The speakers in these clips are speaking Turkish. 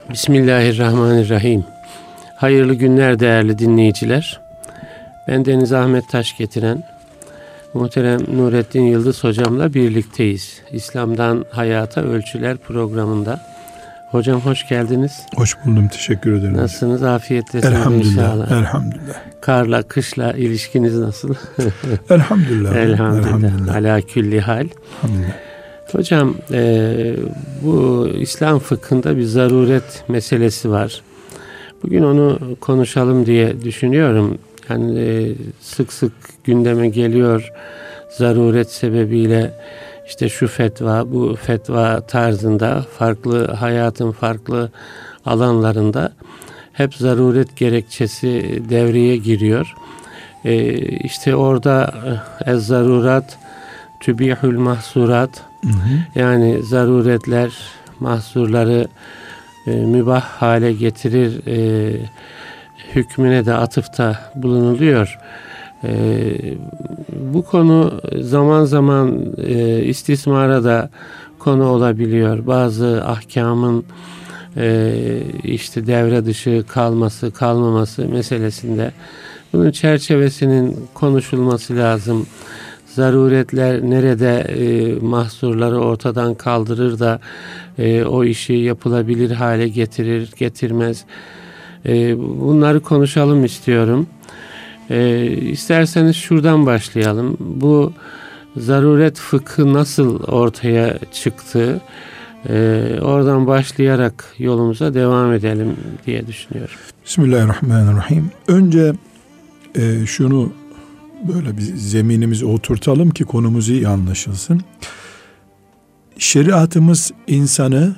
Bismillahirrahmanirrahim. Hayırlı günler değerli dinleyiciler. Ben Deniz Ahmet Taş getiren muhterem Nurettin Yıldız hocamla birlikteyiz. İslam'dan Hayata Ölçüler programında. Hocam hoş geldiniz. Hoş buldum, teşekkür ederim. Nasılsınız? Afiyetlesiniz elhamdülillah, inşallah. elhamdülillah. Karla, kışla ilişkiniz nasıl? Elhamdülillah. Elhamdülillah. Ala külli hal. Elhamdülillah. Hocam bu İslam fıkhında bir zaruret meselesi var. Bugün onu konuşalım diye düşünüyorum. Yani sık sık gündeme geliyor zaruret sebebiyle işte şu fetva, bu fetva tarzında farklı hayatın farklı alanlarında hep zaruret gerekçesi devreye giriyor. İşte orada ez-zarurat tübihül mahsurat, yani zaruretler mahsurları mübah hale getirir hükmüne de atıfta bulunuluyor. Bu konu zaman zaman istismara da konu olabiliyor. Bazı ahkamın işte devre dışı kalması, kalmaması meselesinde bunun çerçevesinin konuşulması lazım. Zaruretler nerede mahsurları ortadan kaldırır da o işi yapılabilir hale getirir, getirmez. Bunları konuşalım istiyorum. İsterseniz şuradan başlayalım. Bu zaruret fıkhı nasıl ortaya çıktı? Oradan başlayarak yolumuza devam edelim diye düşünüyorum. Bismillahirrahmanirrahim. Önce şunu böyle bir zeminimizi oturtalım ki konumuz iyi anlaşılsın. Şeriatımız insanı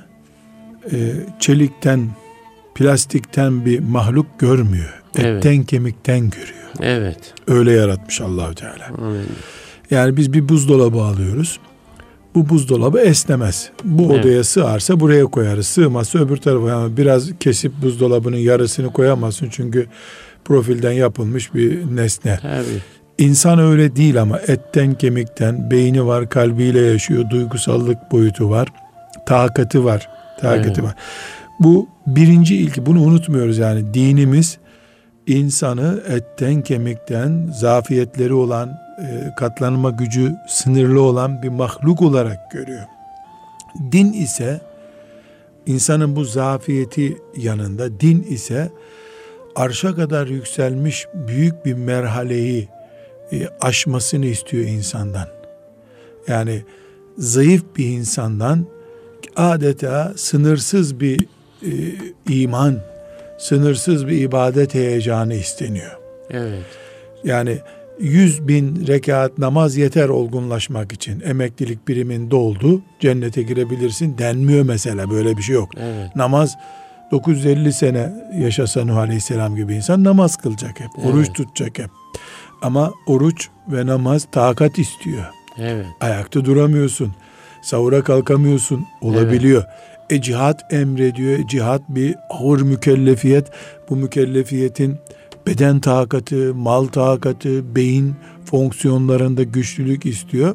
çelikten, plastikten bir mahluk görmüyor. Evet. Etten kemikten görüyor. Evet. Öyle yaratmış Allah-u Teala. Amin. Yani biz bir buzdolabı alıyoruz. Bu buzdolabı esnemez. Bu Evet. odaya sığarsa buraya koyarız. Sığmazsa öbür tarafa. Yani biraz kesip buzdolabının yarısını koyamazsın. Çünkü profilden yapılmış bir nesne. Tabii. İnsan öyle değil ama etten kemikten, beyni var, kalbiyle yaşıyor, duygusallık boyutu var, takati var, Evet. var. Bu birinci ilki, bunu unutmuyoruz yani. Dinimiz insanı etten kemikten, zafiyetleri olan, katlanma gücü sınırlı olan bir mahluk olarak görüyor. Din ise insanın bu zafiyeti yanında, din ise arşa kadar yükselmiş büyük bir merhaleyi aşmasını istiyor insandan. Yani zayıf bir insandan adeta sınırsız bir iman, sınırsız bir ibadet heyecanı isteniyor. Evet. Yani 100.000 rekat namaz yeter olgunlaşmak için. Emeklilik primin doldu, cennete girebilirsin denmiyor mesela, böyle bir şey yok. Evet. Namaz 950 sene yaşasa Nuh Aleyhisselam gibi insan namaz kılacak hep, oruç Evet. tutacak hep. Ama oruç ve namaz takat istiyor. Evet. Ayakta duramıyorsun, sahura kalkamıyorsun, olabiliyor. Cihat emrediyor. Cihat bir ağır mükellefiyet. Bu mükellefiyetin beden takatı, mal takatı, beyin fonksiyonlarında güçlülük istiyor.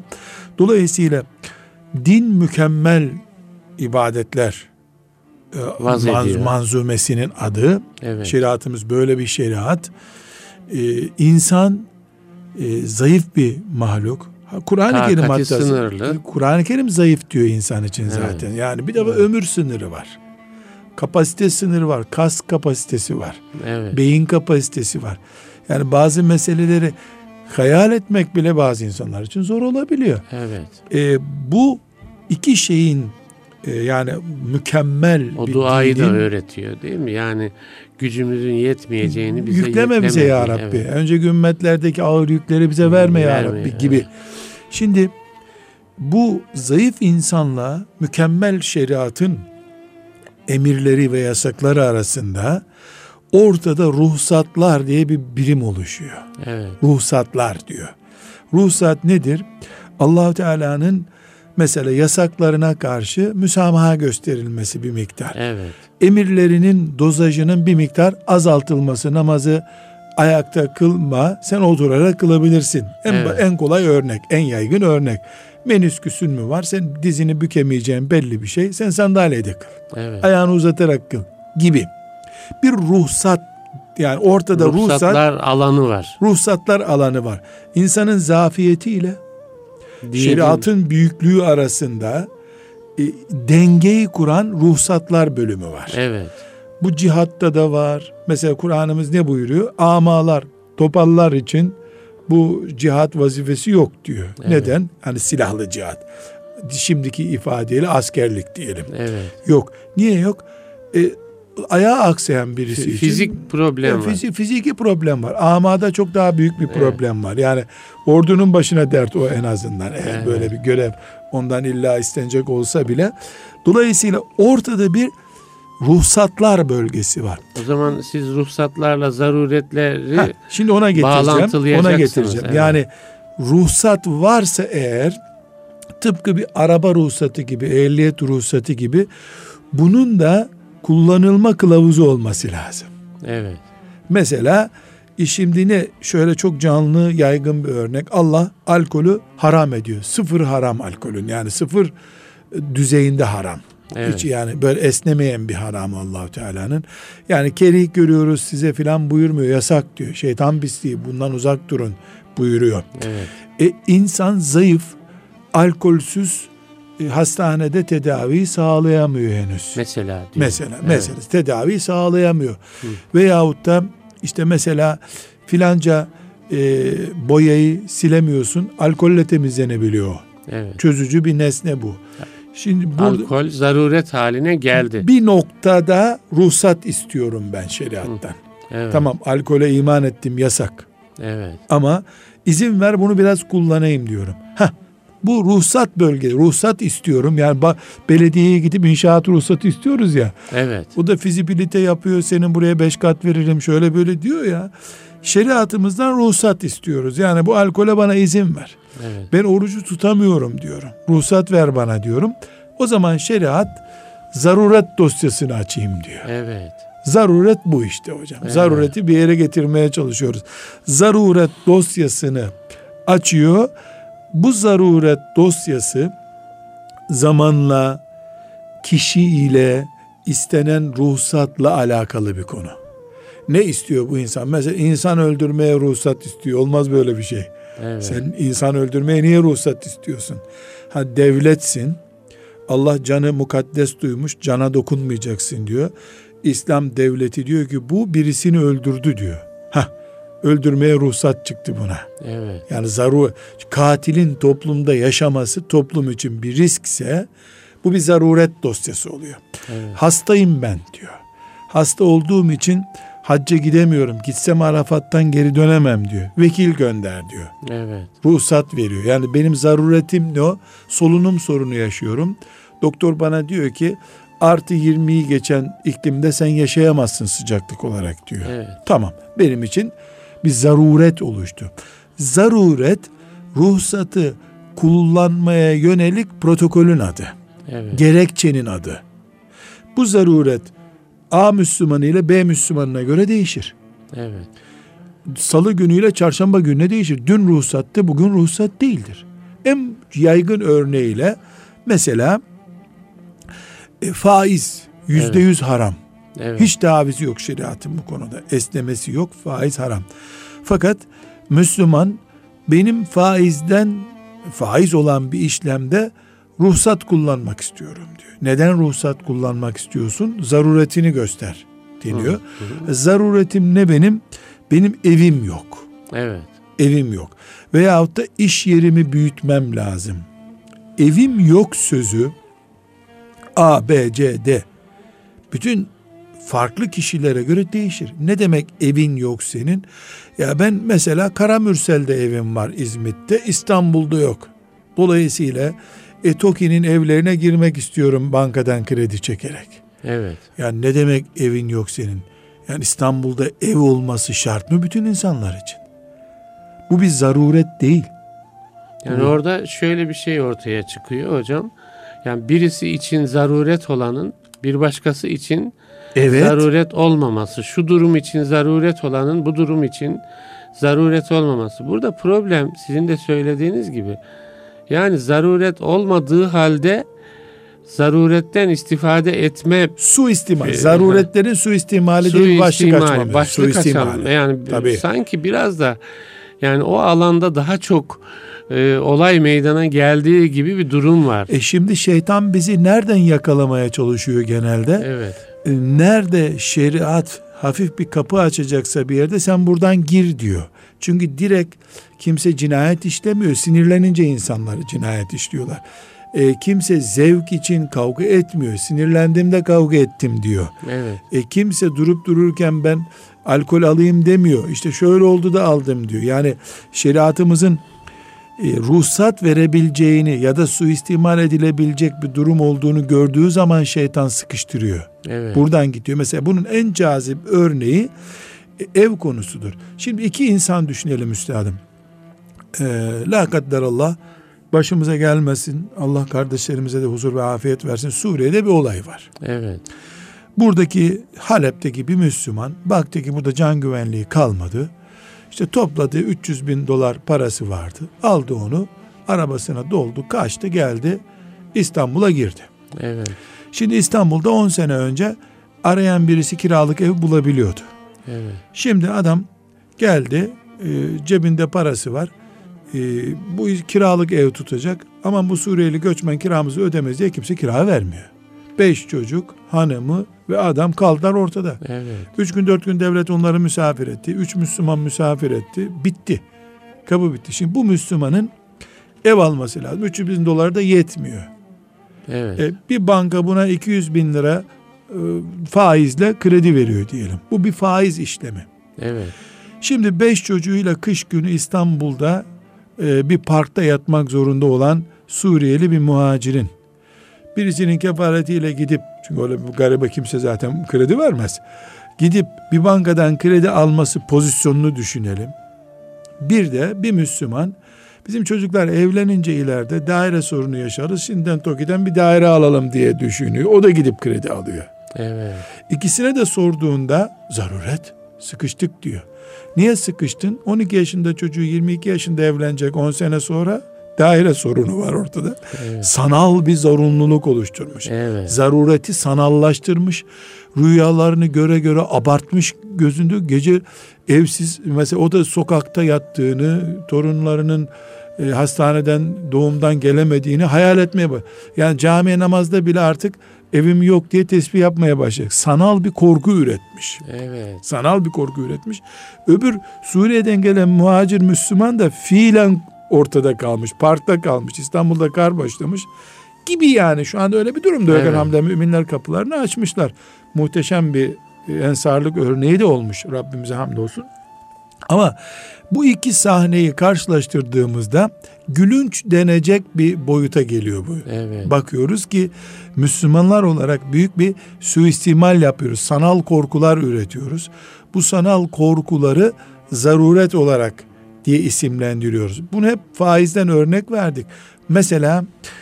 Dolayısıyla din mükemmel ibadetler manzumesinin adı. Evet. Şeriatımız böyle bir şeriat. İnsan zayıf bir mahluk. Kur'an-ı Kerim hatta sınırlı. Kur'an-ı Kerim zayıf diyor insan için zaten. Evet. Yani bir de ömür sınırı var. Kapasite sınırı var. Kas kapasitesi var. Evet. Beyin kapasitesi var. Yani bazı meseleleri hayal etmek bile bazı insanlar için zor olabiliyor. Evet. Bu iki şeyin yani mükemmel O bir duayı da dinin, öğretiyor değil mi? Yani gücümüzün yetmeyeceğini bize yükleme bize ya Rabbi. Evet. Önceki ümmetlerdeki ağır yükleri bize verme ya Rabbi gibi. Evet. Şimdi bu zayıf insanla mükemmel şeriatın emirleri ve yasakları arasında ortada ruhsatlar diye bir birim oluşuyor. Evet. Ruhsatlar diyor. Ruhsat nedir? Allah-u Teala'nın mesela yasaklarına karşı müsamaha gösterilmesi bir miktar. Evet. Emirlerinin dozajının bir miktar azaltılması, namazı ayakta kılma, sen oturarak kılabilirsin. En kolay örnek, en yaygın örnek. Menisküsün mü var? Sen dizini bükemeyeceğin belli bir şey. Sen sandalyede kıl. Evet. Ayağını uzatarak kıl. gibi bir ruhsat, yani ortada ruhsatlar alanı var. Ruhsatlar alanı var. İnsanın zafiyetiyle Diyelim. şeriatın büyüklüğü arasında dengeyi kuran ruhsatlar bölümü var. Evet. Bu cihatta da var. Mesela Kur'an'ımız ne buyuruyor? Amalar, topallar için bu cihat vazifesi yok diyor. Evet. Neden? Hani silahlı cihat. Şimdiki ifadeyle askerlik diyelim. Evet. Yok. Niye yok? Ayağı aksayan birisi için. Fizik problem var. Fiziki problem var. Amada çok daha büyük bir problem var. Yani ordunun başına dert o en azından. Eğer böyle bir görev ondan illa istenecek olsa bile. Dolayısıyla ortada bir ruhsatlar bölgesi var. O zaman siz ruhsatlarla zaruretleri şimdi ona getireceğim. Ona getireceğim. Evet. Yani ruhsat varsa eğer, tıpkı bir araba ruhsatı gibi, ehliyet ruhsatı gibi, bunun da kullanılma kılavuzu olması lazım. Evet. Mesela şimdi ne, şöyle çok canlı yaygın bir örnek, Allah alkolü haram ediyor. Sıfır haram alkolün, yani sıfır düzeyinde haram. Evet. Hiç yani böyle esnemeyen bir haram Allah-u Teala'nın. Yani kerih görüyoruz size filan buyurmuyor, yasak diyor. Şeytan pisliği, bundan uzak durun buyuruyor. Evet. İnsan zayıf, alkolsüz hastanede tedavi sağlayamıyor henüz. Mesela tedavi sağlayamıyor. Veyahut da işte mesela filanca boyayı silemiyorsun, alkolle temizlenebiliyor. Evet. Çözücü bir nesne bu. Şimdi alkol zaruret haline geldi. Bir noktada ruhsat istiyorum ben şeriattan. Evet. Tamam, alkole iman ettim, yasak. Evet. Ama izin ver bunu biraz kullanayım diyorum. Bu ruhsat bölge, ruhsat istiyorum. Yani belediyeye gidip inşaat ruhsatı istiyoruz ya. Evet. O da fizibilite yapıyor. Senin buraya 5 kat veririm, şöyle böyle diyor ya. Şeriatımızdan ruhsat istiyoruz. Yani bu alkole bana izin ver. Evet. Ben orucu tutamıyorum diyorum. Ruhsat ver bana diyorum. O zaman şeriat zaruret dosyasını açayım diyor. Evet. Zaruret bu işte hocam. Evet. Zarureti bir yere getirmeye çalışıyoruz. Zaruret dosyasını açıyor. Bu zaruret dosyası zamanla, kişiyle, istenen ruhsatla alakalı bir konu. Ne istiyor bu insan? Mesela insan öldürmeye ruhsat istiyor. Olmaz böyle bir şey. Evet. Sen insan öldürmeye niye ruhsat istiyorsun? Devletsin. Allah canı mukaddes duymuş. Cana dokunmayacaksın diyor. İslam devleti diyor ki bu birisini öldürdü diyor. Öldürmeye ruhsat çıktı buna. Evet. Yani katilin toplumda yaşaması toplum için bir riskse bu bir zaruret dosyası oluyor. Evet. Hastayım ben diyor. Hasta olduğum için hacca gidemiyorum. Gitsem Arafat'tan geri dönemem diyor. Vekil gönder diyor. Evet. Ruhsat veriyor. Yani benim zaruretim ne o? Solunum sorunu yaşıyorum. Doktor bana diyor ki artı 20'yi geçen iklimde sen yaşayamazsın sıcaklık olarak diyor. Evet. Tamam. Benim için bir zaruret oluştu. Zaruret ruhsatı kullanmaya yönelik protokolün adı. Evet. Gerekçenin adı. Bu zaruret A Müslümanı ile B Müslümanına göre değişir. Evet. Salı günüyle çarşamba gününe değişir. Dün ruhsattı, bugün ruhsat değildir. En yaygın örneğiyle mesela faiz %100 haram. Evet. Hiç tavizi yok şeriatın bu konuda. Esnemesi yok, faiz haram. Fakat Müslüman benim faiz olan bir işlemde ruhsat kullanmak istiyorum diyor. Neden ruhsat kullanmak istiyorsun? Zaruretini göster deniyor. Zaruretim ne benim? Benim evim yok. Evet. Evim yok. Veyahut da iş yerimi büyütmem lazım. Evim yok sözü A, B, C, D bütün farklı kişilere göre değişir. Ne demek evin yok senin? Ya ben mesela Karamürsel'de evim var İzmit'te, İstanbul'da yok. Dolayısıyla TOKİ'nin evlerine girmek istiyorum bankadan kredi çekerek. Evet. Yani ne demek evin yok senin? Yani İstanbul'da ev olması şart mı bütün insanlar için? Bu bir zaruret değil. Yani orada şöyle bir şey ortaya çıkıyor hocam. Yani birisi için zaruret olanın bir başkası için zaruret olmaması. Şu durum için zaruret olanın bu durum için zaruret olmaması. Burada problem sizin de söylediğiniz gibi. Yani zaruret olmadığı halde zaruretten istifade etme, Suistimal. Zaruretlerin suistimali değil, başlık açmamız. Başlık açalım. Yani Tabii. sanki biraz da yani o alanda daha çok olay meydana geldiği gibi bir durum var. Şimdi şeytan bizi nereden yakalamaya çalışıyor genelde? Evet. Nerede şeriat hafif bir kapı açacaksa bir yerde sen buradan gir diyor. Çünkü direkt kimse cinayet işlemiyor. Sinirlenince insanlar cinayet işliyorlar. Kimse zevk için kavga etmiyor. Sinirlendiğimde kavga ettim diyor. Evet. Kimse durup dururken ben alkol alayım demiyor. İşte şöyle oldu da aldım diyor. Yani şeriatımızın ruhsat verebileceğini ya da suistimal edilebilecek bir durum olduğunu gördüğü zaman şeytan sıkıştırıyor. Evet. Buradan gidiyor. Mesela bunun en cazip örneği ev konusudur. Şimdi iki insan düşünelim üstadım. La kadderallah, başımıza gelmesin, Allah kardeşlerimize de huzur ve afiyet versin. Suriye'de bir olay var. Evet. Buradaki Halep'teki bir Müslüman baktı ki burada can güvenliği kalmadı. İşte topladığı 300 bin dolar parası vardı. Aldı onu, arabasına doldu, kaçtı, geldi, İstanbul'a girdi. Evet. Şimdi İstanbul'da 10 sene önce arayan birisi kiralık ev bulabiliyordu. Evet. Şimdi adam geldi, cebinde parası var. Bu kiralık ev tutacak. Ama bu Suriyeli göçmen kiramızı ödemez diye kimse kira vermiyor. 5 çocuk, hanımı ve adam kaldılar ortada. Evet. 3 gün 4 gün devlet onları misafir etti. 3 Müslüman misafir etti. Bitti. Kapı bitti. Şimdi bu Müslümanın ev alması lazım. 300 bin dolar da yetmiyor. Evet. Bir banka buna 200 bin lira faizle kredi veriyor diyelim. Bu bir faiz işlemi. Evet. Şimdi 5 çocuğuyla kış günü İstanbul'da bir parkta yatmak zorunda olan Suriyeli bir muhacirin birisinin kefaretiyle gidip, çünkü öyle bir garibe kimse zaten kredi vermez, gidip bir bankadan kredi alması pozisyonunu düşünelim. Bir de bir Müslüman, bizim çocuklar evlenince ileride daire sorunu yaşarız, şimdiden TOKİ'den bir daire alalım diye düşünüyor. O da gidip kredi alıyor. Evet. İkisine de sorduğunda zaruret, sıkıştık diyor. Niye sıkıştın? 12 yaşında çocuğu 22 yaşında evlenecek, 10 sene sonra daire sorunu var ortada. Evet. Sanal bir zorunluluk oluşturmuş. Evet. Zarureti sanallaştırmış. Rüyalarını göre göre abartmış gözünde. Gece evsiz, mesela o da sokakta yattığını, torunlarının hastaneden, doğumdan gelemediğini hayal etmeye başlıyor. Yani camiye namazda bile artık evim yok diye tesbih yapmaya başlayacak. Sanal bir korku üretmiş. Evet. Sanal bir korku üretmiş. Öbür Suriye'den gelen muhacir Müslüman da fiilen ortada kalmış, parkta kalmış, İstanbul'da kar başlamış gibi yani. Şu anda öyle bir durumda. Evet. Elhamdülillah müminler kapılarını açmışlar. Muhteşem bir ensarlık örneği de olmuş. Rabbimize hamdolsun. Ama bu iki sahneyi karşılaştırdığımızda gülünç denecek bir boyuta geliyor bu. Evet. Bakıyoruz ki Müslümanlar olarak büyük bir suistimal yapıyoruz. Sanal korkular üretiyoruz. Bu sanal korkuları zaruret olarak diye isimlendiriyoruz. Bunu hep faizden örnek verdik. Mesela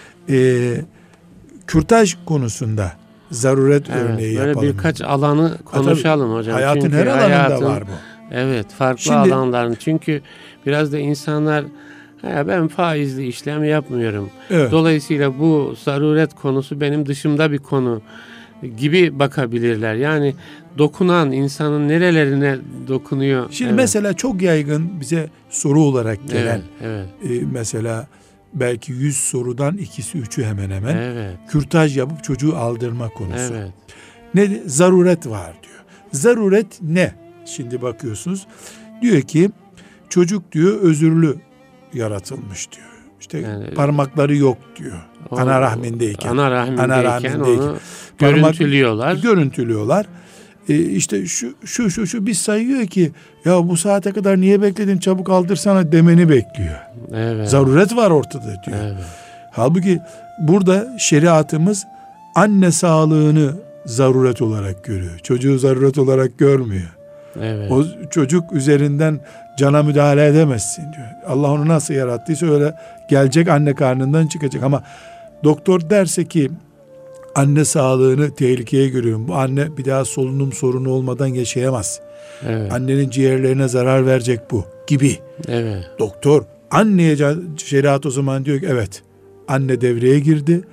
kürtaj konusunda zaruret örneği böyle yapalım. birkaç alanı konuşalım hocam. Hayatın Çünkü her alanında var bu. Evet, farklı Şimdi, alanların. Çünkü biraz da insanlar ben faizli işlem yapmıyorum. Evet. Dolayısıyla bu zaruret konusu benim dışımda bir konu gibi bakabilirler. Yani dokunan, insanın nerelerine dokunuyor. Şimdi mesela çok yaygın bize soru olarak gelen, evet. Mesela belki 100 sorudan ikisi üçü hemen hemen Evet. kürtaj yapıp çocuğu aldırma konusu. Evet. Ne? Zaruret var diyor. Zaruret ne? Şimdi bakıyorsunuz, diyor ki çocuk diyor özürlü yaratılmış diyor. İşte Yani, parmakları yok diyor. Ana rahmindeyken. Ana rahmindeyken onu görüntülüyorlar. Görüntülüyorlar. İşte şu bir sayıyor ki ya bu saate kadar niye bekledin, çabuk aldırsana demeni bekliyor. Evet. Zaruret var ortada diyor. Evet. Halbuki burada şeriatımız anne sağlığını zaruret olarak görüyor. Çocuğu zaruret olarak görmüyor. Evet. O çocuk üzerinden cana müdahale edemezsin diyor. Allah onu nasıl yarattıysa öyle gelecek, anne karnından çıkacak. Ama doktor derse ki anne sağlığını tehlikeye görüyorum, bu anne bir daha solunum sorunu olmadan yaşayamaz. Evet. Annenin ciğerlerine zarar verecek bu gibi. Evet. Doktor anneye, şeriat o zaman diyor ki evet, anne devreye girdi.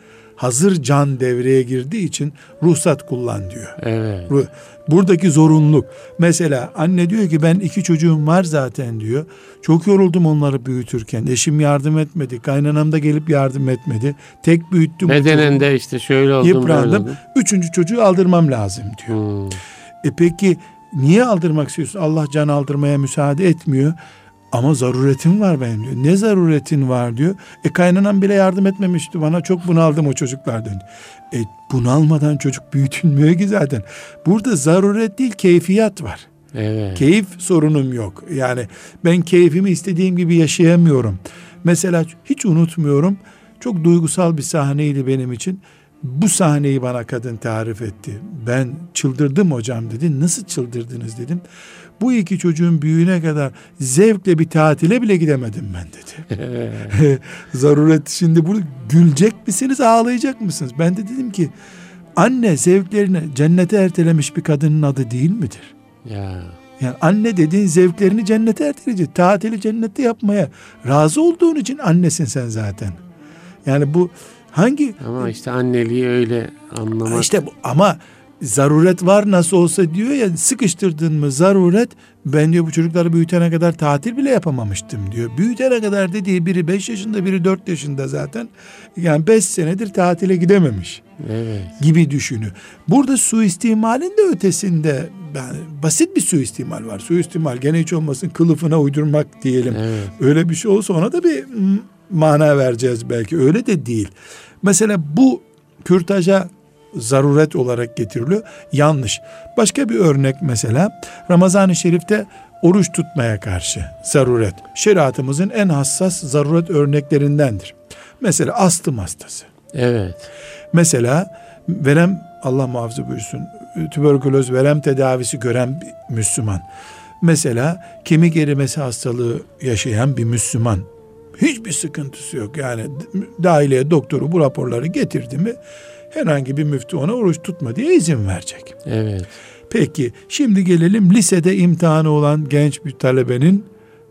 hazır can devreye girdiği için ruhsat kullan diyor. Evet. Buradaki zorunluluk. Mesela anne diyor ki ben 2 çocuğum var zaten diyor. Çok yoruldum onları büyütürken. Eşim yardım etmedi. Kaynanam da gelip yardım etmedi. Tek büyüttüm. Bedenen de işte şöyle oldum. Yıprandım. 3. çocuğu aldırmam lazım diyor. Peki niye aldırmak istiyorsun? Allah can aldırmaya müsaade etmiyor. Ama zaruretim var benim diyor. Ne zaruretin var diyor. Kaynanam bile yardım etmemişti bana. Çok bunaldım o çocuklardan. Bunalmadan çocuk büyütülmüyor ki zaten. Burada zaruret değil, keyfiyat var. Evet. Keyif sorunum yok. Yani ben keyfimi istediğim gibi yaşayamıyorum. Mesela hiç unutmuyorum. Çok duygusal bir sahneydi benim için. Bu sahneyi bana kadın tarif etti. Ben çıldırdım hocam dedi. Nasıl çıldırdınız dedim. Bu 2 çocuğun büyüğüne kadar zevkle bir tatile bile gidemedim ben dedi. Zaruret, şimdi burada gülecek misiniz, ağlayacak mısınız? Ben de dedim ki anne zevklerini cennete ertelemiş bir kadının adı değil midir? Ya. Yani anne dediğin zevklerini cennete erteleyecek. Tatili cennette yapmaya razı olduğun için annesin sen zaten. Yani bu hangi... Ama işte anneliği öyle anlamak. İşte ama zaruret var nasıl olsa diyor ya, sıkıştırdın mı zaruret, ben diyor bu çocukları büyütene kadar tatil bile yapamamıştım diyor. Büyütene kadar dediği biri 5 yaşında biri 4 yaşında zaten. Yani 5 senedir tatile gidememiş. Evet. Gibi düşünüyor. Burada suistimalin de ötesinde yani basit bir suistimal var. Suistimal gene hiç olmasın kılıfına uydurmak diyelim. Evet. Öyle bir şey olsa ona da bir mana vereceğiz belki. Öyle de değil. Mesela bu kürtaja zaruret olarak getiriliyor. Yanlış. Başka bir örnek mesela Ramazan-ı Şerif'te oruç tutmaya karşı zaruret. Şeriatımızın en hassas zaruret örneklerindendir. Mesela astım hastası. Evet. Mesela verem, Allah muhafaza buyursun, tüberküloz verem tedavisi gören bir Müslüman. Mesela kemik erimesi hastalığı yaşayan bir Müslüman. Hiçbir sıkıntısı yok. Yani dahiliye doktoru bu raporları getirdi mi herhangi bir müftü ona oruç tutma diye izin verecek. Evet. Peki şimdi gelelim lisede imtihanı olan genç bir talebenin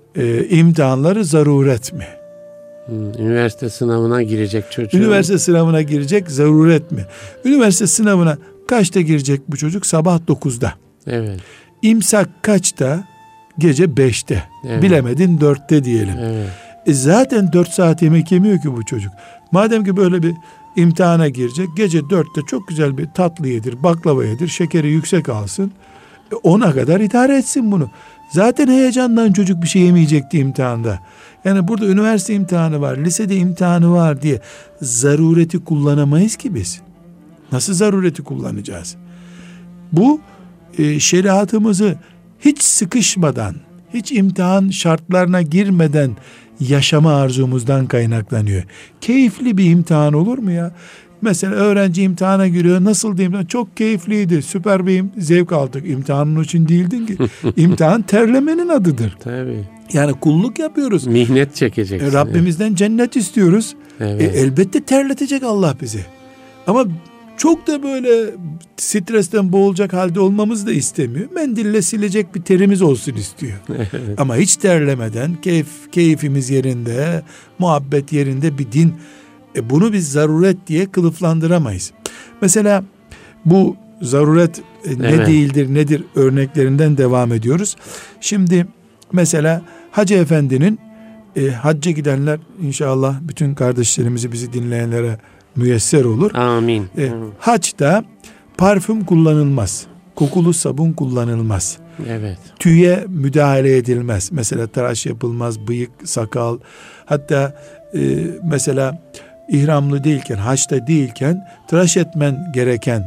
imtihanları zaruret mi? Üniversite sınavına girecek çocuk. Üniversite sınavına girecek zaruret mi? Üniversite sınavına kaçta girecek bu çocuk? Sabah 9'da. Evet. İmsak kaçta? Gece 5'te. Evet. Bilemedin 4'te diyelim. Evet. Zaten 4 saat yemek yemiyor ki bu çocuk. Madem ki böyle bir imtihana girecek, gece 4'te çok güzel bir tatlı yedir, baklava yedir, şekeri yüksek alsın. 10'a kadar idare etsin bunu. Zaten heyecandan çocuk bir şey yemeyecekti imtihanda. Yani burada üniversite imtihanı var, lisede imtihanı var diye zarureti kullanamayız ki biz. Nasıl zarureti kullanacağız? Bu şeriatımızı hiç sıkışmadan, hiç imtihan şartlarına girmeden yaşama arzumuzdan kaynaklanıyor. Keyifli bir imtihan olur mu ya? Mesela öğrenci imtihana giriyor. Nasıl diyeyim? Çok keyifliydi. Süper bir zevk aldık. İmtihanın için değildin ki. İmtihan terlemenin adıdır. Tabii. Yani kulluk yapıyoruz. Mihnet çekeceksin. Rabbimizden cennet istiyoruz. Evet. Elbette terletecek Allah bizi. Ama çok da böyle stresten boğulacak halde olmamızı da istemiyor. Mendille silecek bir terimiz olsun istiyor. Evet. Ama hiç terlemeden keyfimiz yerinde, muhabbet yerinde bir din. Bunu biz zaruret diye kılıflandıramayız. Mesela bu zaruret ne Evet. değildir nedir örneklerinden devam ediyoruz. Şimdi mesela Hacı Efendi'nin hacca gidenler, inşallah bütün kardeşlerimizi, bizi dinleyenlere müyesser olur. Amin. Haçta parfüm kullanılmaz. Kokulu sabun kullanılmaz. Evet. Tüye müdahale edilmez. Mesela tıraş yapılmaz, bıyık, sakal. Hatta mesela ihramlı değilken, haçta değilken tıraş etmen gereken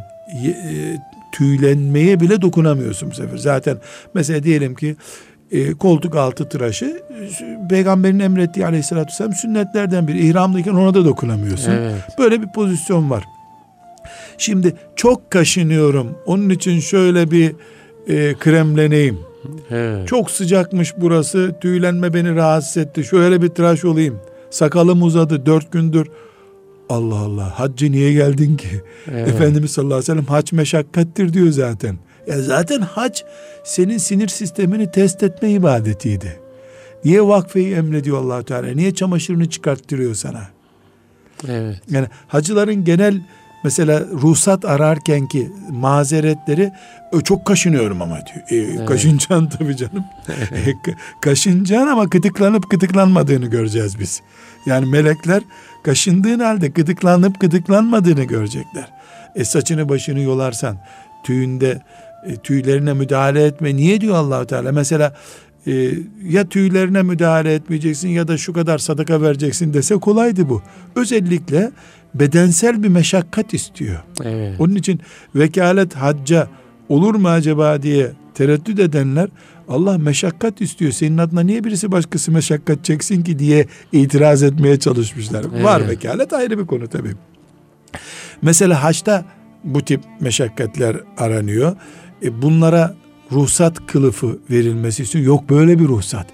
tüylenmeye bile dokunamıyorsun bu sefer. Zaten mesela diyelim ki koltuk altı tıraşı Peygamberin emrettiği aleyhissalatü vesselam sünnetlerden biri. İhramlıyken ona da dokunamıyorsun. Evet. Böyle bir pozisyon var. Şimdi çok kaşınıyorum, onun için şöyle bir kremleneyim. Evet. Çok sıcakmış burası, tüylenme beni rahatsız etti, şöyle bir tıraş olayım. Sakalım uzadı 4 gündür. Allah Allah, hacca niye geldin ki? Evet. Efendimiz sallallahu aleyhi ve sellem hac meşakkattir diyor zaten. Zaten hac senin sinir sistemini test etme ibadetiydi. Niye vakfeyi emrediyor Allah Teala? Niye çamaşırını çıkarttırıyor sana? Evet. Yani hacıların genel mesela ruhsat ararken ki mazeretleri çok kaşınıyorum ama diyor. Evet. Kaşınacaksın tabii canım. Kaşınacaksın ama gıdıklanıp gıdıklanmadığını göreceğiz biz. Yani melekler kaşındığın halde gıdıklanıp gıdıklanmadığını görecekler. Saçını başını yolarsan tüylerine müdahale etme. Niye diyor Allah-u Teala? Mesela ya tüylerine müdahale etmeyeceksin ya da şu kadar sadaka vereceksin dese kolaydı bu. Özellikle bedensel bir meşakkat istiyor. Evet. Onun için vekalet hacca olur mu acaba diye tereddüt edenler, Allah meşakkat istiyor, senin adına niye birisi başkası meşakkat çeksin ki diye itiraz etmeye çalışmışlar. Evet. Var vekalet, ayrı bir konu tabii. Mesela haçta bu tip meşakkatler aranıyor. Bunlara ruhsat kılıfı verilmesi istiyor. Yok böyle bir ruhsat.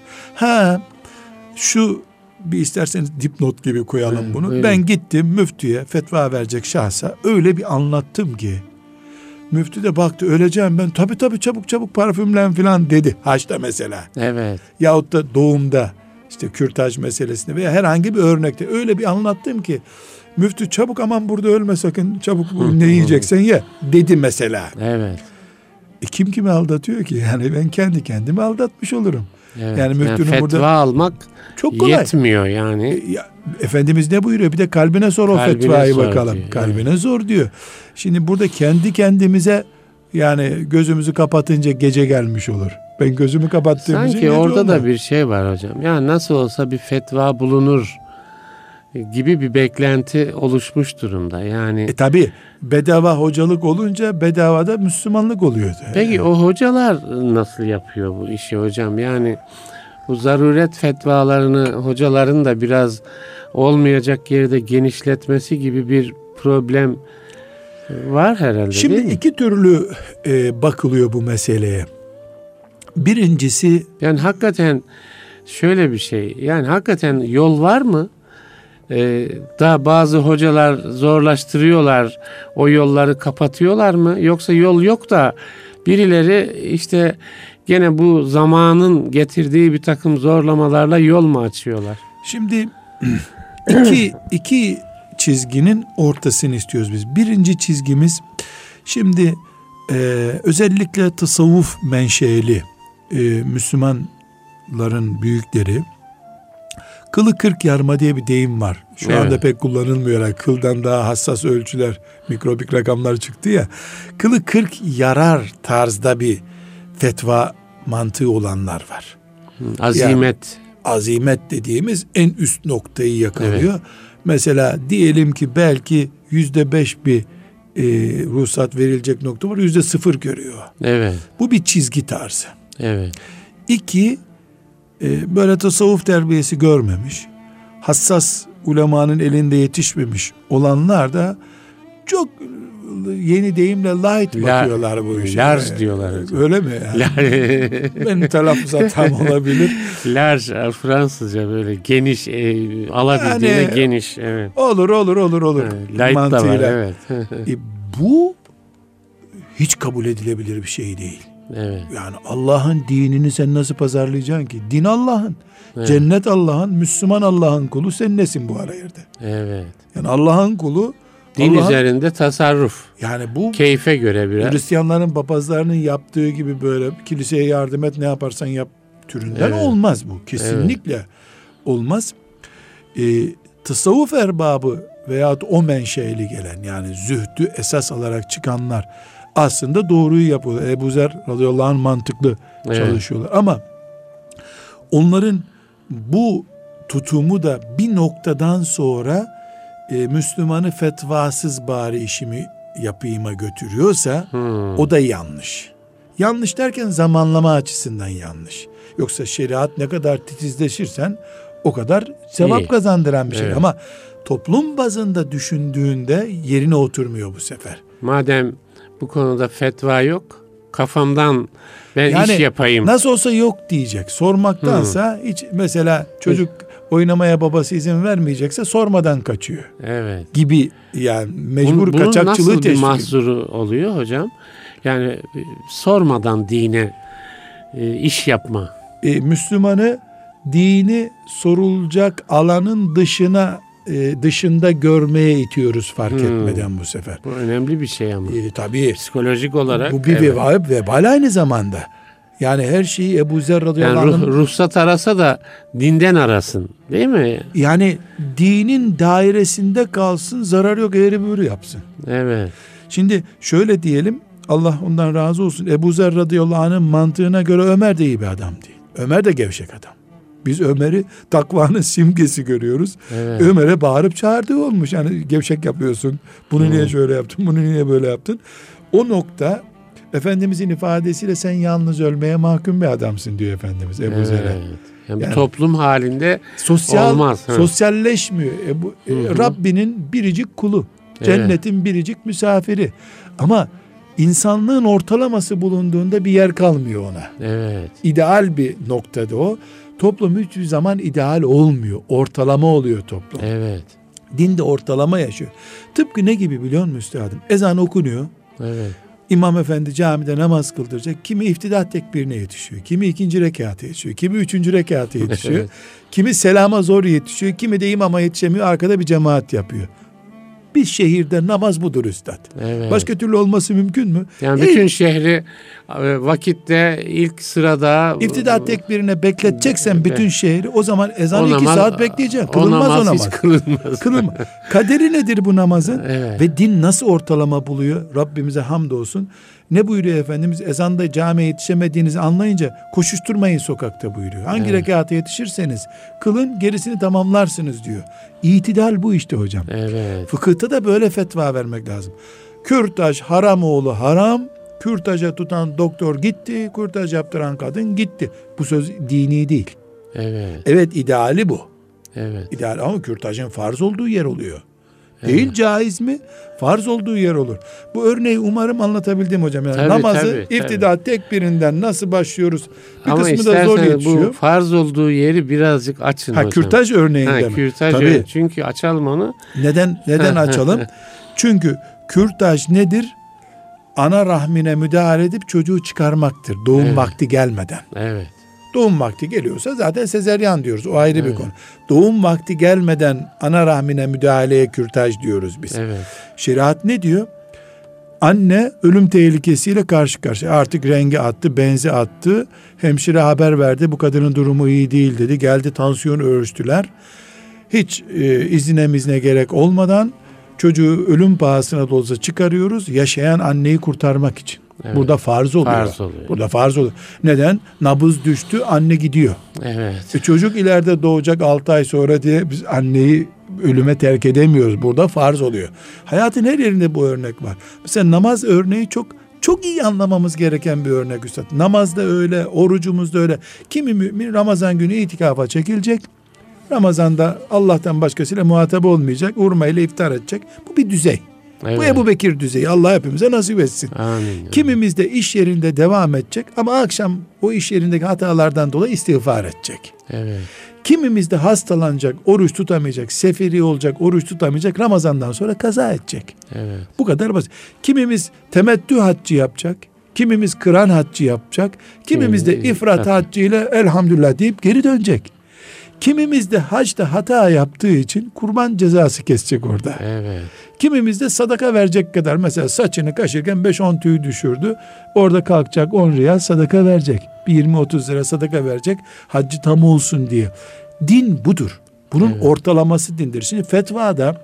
Şu bir isterseniz dipnot gibi koyalım bunu. Buyurun. Ben gittim müftüye, fetva verecek şahsa öyle bir anlattım ki müftü de baktı, öleceğim ben, tabii çabuk parfümlen filan dedi haçta mesela. Evet. Yahut da doğumda işte kürtaj meselesinde veya herhangi bir örnekte öyle bir anlattım ki müftü çabuk, aman burada ölme sakın, çabuk ne yiyeceksen ye dedi mesela. Evet. Kim kimi aldatıyor ki? Yani ben kendi kendimi aldatmış olurum. Evet. Yani müftünün fetva burada almak çok kolay. yetmiyor yani. Efendimiz ne buyuruyor? Bir de kalbine sor o Kalbine fetvayı sor bakalım. diyor. Kalbine Evet. sor diyor. Şimdi burada kendi kendimize yani gözümüzü kapatınca gece gelmiş olur. Ben gözümü kapattığım için Sanki gece orada olmaz. da bir şey var hocam. Ya nasıl olsa bir fetva bulunur gibi bir beklenti oluşmuş durumda. Yani Tabi bedava hocalık olunca bedavada Müslümanlık oluyor. peki o hocalar nasıl yapıyor bu işi hocam? Yani bu zaruret fetvalarını hocaların da biraz olmayacak yerde genişletmesi gibi bir problem var herhalde. Şimdi değil mi? iki türlü bakılıyor bu meseleye. Birincisi, Yani hakikaten şöyle bir şey. Yani hakikaten yol var mı? Da bazı hocalar zorlaştırıyorlar. O yolları kapatıyorlar mı? Yoksa yol yok da birileri işte gene bu zamanın getirdiği bir takım zorlamalarla yol mu açıyorlar? şimdi iki çizginin ortasını istiyoruz biz. Birinci çizgimiz, şimdi özellikle tasavvuf menşeli Müslümanların büyükleri, kılı kırk yarma diye bir deyim var. Şu anda pek kullanılmıyor. Yani kıldan daha hassas ölçüler, mikrobik rakamlar çıktı ya. Kılı kırk yarar tarzda bir fetva mantığı olanlar var. Azimet. Azimet dediğimiz en üst noktayı yakalıyor. Evet. Mesela diyelim ki belki %5 bir ruhsat verilecek nokta var, %0 görüyor. Evet. Bu bir çizgi tarzı. Evet. İki, böyle tasavvuf terbiyesi görmemiş, hassas ulemanın elinde yetişmemiş olanlar da çok yeni deyimle light bakıyorlar bu işe. Large diyorlar. Öyle mi? Yani? Benim telaffuz hatam olabilir. Large, Fransızca böyle geniş, alabildiğine Yani, geniş. Evet. Olur. Light mantığıyla. da var, evet. Bu hiç kabul edilebilir bir şey değil. Evet. Yani Allah'ın dinini sen nasıl pazarlayacaksın ki? Din Allah'ın. Evet. Cennet Allah'ın, Müslüman Allah'ın kulu, sen nesin bu ara yerde? Evet. Yani Allah'ın kulu, Din üzerinde tasarruf. Yani bu keyfe göre biraz. Hristiyanların, papazlarının yaptığı gibi böyle kiliseye yardım et, ne yaparsan yap türünden Evet. olmaz bu. Kesinlikle olmaz. Tasavvuf erbabı veyahut o menşeli gelen, yani zühdü esas alarak çıkanlar aslında doğruyu yapıyorlar. Ebu Zer radıyallahu anh mantıklı çalışıyorlar. Ama onların bu tutumu da bir noktadan sonra Müslümanı fetvasız bari işimi yapayıma götürüyorsa o da yanlış. Yanlış derken zamanlama açısından yanlış. Yoksa şeriat ne kadar titizleşirsen o kadar sevap kazandıran bir şey. Evet. Ama toplum bazında düşündüğünde yerine oturmuyor bu sefer. Madem bu konuda fetva yok, kafamdan ben iş yapayım. Nasıl olsa yok diyecek. Sormaktansa hiç, mesela çocuk oynamaya babası izin vermeyecekse sormadan kaçıyor. Evet. Gibi, yani mecbur kaçakçılığı teşvik. Bunun nasıl bir mahzuru oluyor hocam? Yani sormadan dine iş yapma. Müslümanı dini sorulacak alanın dışına dışında görmeye itiyoruz fark etmeden bu sefer. Bu önemli bir şey ama. Tabii. Psikolojik olarak. Bu bir vebal aynı zamanda. Yani her şeyi Ebu Zer radıyallahu Yani anh ruhsat arasa da dinden arasın. Değil mi? yani dinin dairesinde kalsın, zarar yok, eğri büğrü yapsın. Evet. Şimdi şöyle diyelim, Allah ondan razı olsun. Ebu Zer radıyallahu anh'ın mantığına göre Ömer de iyi bir adam değil. Ömer de gevşek adam. Biz Ömer'i takvanın simgesi görüyoruz. Evet. Ömer'e bağırıp çağırdığı olmuş. Yani gevşek yapıyorsun. Bunu niye şöyle yaptın? Bunu niye böyle yaptın? O nokta Efendimizin ifadesiyle sen yalnız ölmeye mahkum bir adamsın diyor Efendimiz Ebu Zer'e. Yani toplum halinde olmaz. Sosyalleşmiyor. Rabbinin biricik kulu. Cennetin biricik misafiri. Ama insanlığın ortalaması bulunduğunda bir yer kalmıyor ona. Evet. İdeal bir noktada o. Toplum hiçbir zaman ideal olmuyor. Ortalama oluyor toplum. Evet. Din de ortalama yaşıyor. Tıpkı ne gibi biliyor musun üstadım? Ezan okunuyor. Evet. İmam efendi camide namaz kıldıracak. Kimi iftidat tekbirine yetişiyor. Kimi ikinci rekata yetişiyor. Kimi üçüncü rekata yetişiyor. Evet. Kimi selama zor yetişiyor. Kimi de imama yetişemiyor. Arkada bir cemaat yapıyor. Bir şehirde namaz budur üstad. Evet. Başka türlü olması mümkün mü? Yani bütün şehri vakitte ilk sırada İftidat tekbirine bekleteceksen bütün şehri, o zaman ezanı 2 saat bekleyeceksin. O Kılınmaz o namaz. hiç kılınmaz. Kılınmaz. Kaderi nedir bu namazın? Evet. Ve din nasıl ortalama buluyor? Rabbimize hamdolsun. Ne buyuruyor Efendimiz? Ezanda camiye yetişemediğinizi anlayınca koşuşturmayın sokakta buyuruyor. Hangi rekata yetişirseniz kılın, gerisini tamamlarsınız diyor. İtidal bu işte hocam. Evet. Fıkıhta da böyle fetva vermek lazım. Kürtaj haram oğlu haram. Kürtaja tutan doktor gitti. Kürtaj yaptıran kadın gitti. Bu söz dini değil. Evet. Evet, ideali bu. Evet. İdeal, ama kürtajın farz olduğu yer oluyor. Değil, caiz mi? Farz olduğu yer olur. Bu örneği umarım anlatabildim hocam. Yani namazı iftida tekbirinden nasıl başlıyoruz? Bir ama kısmı da zor yetişiyor. Bu farz olduğu yeri birazcık açın hocam. Kürtaj örneğinde mi? Kürtaj Tabii. Çünkü açalım onu. Neden açalım? Çünkü kürtaj nedir? Ana rahmine müdahale edip çocuğu çıkarmaktır. Doğum vakti gelmeden. Evet. Doğum vakti geliyorsa zaten sezeryan diyoruz. O ayrı bir konu. Doğum vakti gelmeden ana rahmine müdahaleye kürtaj diyoruz biz. Evet. Şeriat ne diyor? Anne ölüm tehlikesiyle karşı karşıya. Artık rengi attı, benzi attı. Hemşire haber verdi. Bu kadının durumu iyi değil dedi. Geldi, tansiyonu ölçtüler. Hiç izine gerek olmadan çocuğu ölüm pahasına da olsa çıkarıyoruz. Yaşayan anneyi kurtarmak için. Evet. Burada farz oluyor. Burada farz oluyor. Neden? Nabız düştü, anne gidiyor. Evet. Çocuk ileride doğacak 6 ay sonra diye biz anneyi ölüme terk edemiyoruz. Burada farz oluyor. Hayatın her yerinde bu örnek var. Mesela namaz örneği çok iyi anlamamız gereken bir örnek üstad. Namazda öyle, orucumuzda öyle. Kimi mümin Ramazan günü itikafa çekilecek. Ramazan'da Allah'tan başkasıyla muhatap olmayacak. Hurmayla iftar edecek. Bu bir düzey. Evet. Bu Ebu Bekir düzeyi. Allah hepimize nasip etsin. Amin. Kimimiz de iş yerinde devam edecek ama akşam o iş yerindeki hatalardan dolayı istiğfar edecek. Evet. Kimimiz de hastalanacak, oruç tutamayacak, seferi olacak, oruç tutamayacak, Ramazan'dan sonra kaza edecek. Evet. Bu kadar basit. Kimimiz temettü haccı yapacak, kimimiz kıran haccı yapacak, kimimiz de ifrat haccıyla elhamdülillah deyip geri dönecek. Kimimiz de haçta hata yaptığı için kurban cezası kesecek orada. Evet. Kimimiz de sadaka verecek kadar, mesela saçını kaşırken 5-10 tüy düşürdü. Orada kalkacak 10 riyal sadaka verecek. Bir 20-30 lira sadaka verecek. Haccı tam olsun diye. Din budur. Bunun ortalaması dindir. Şimdi fetvada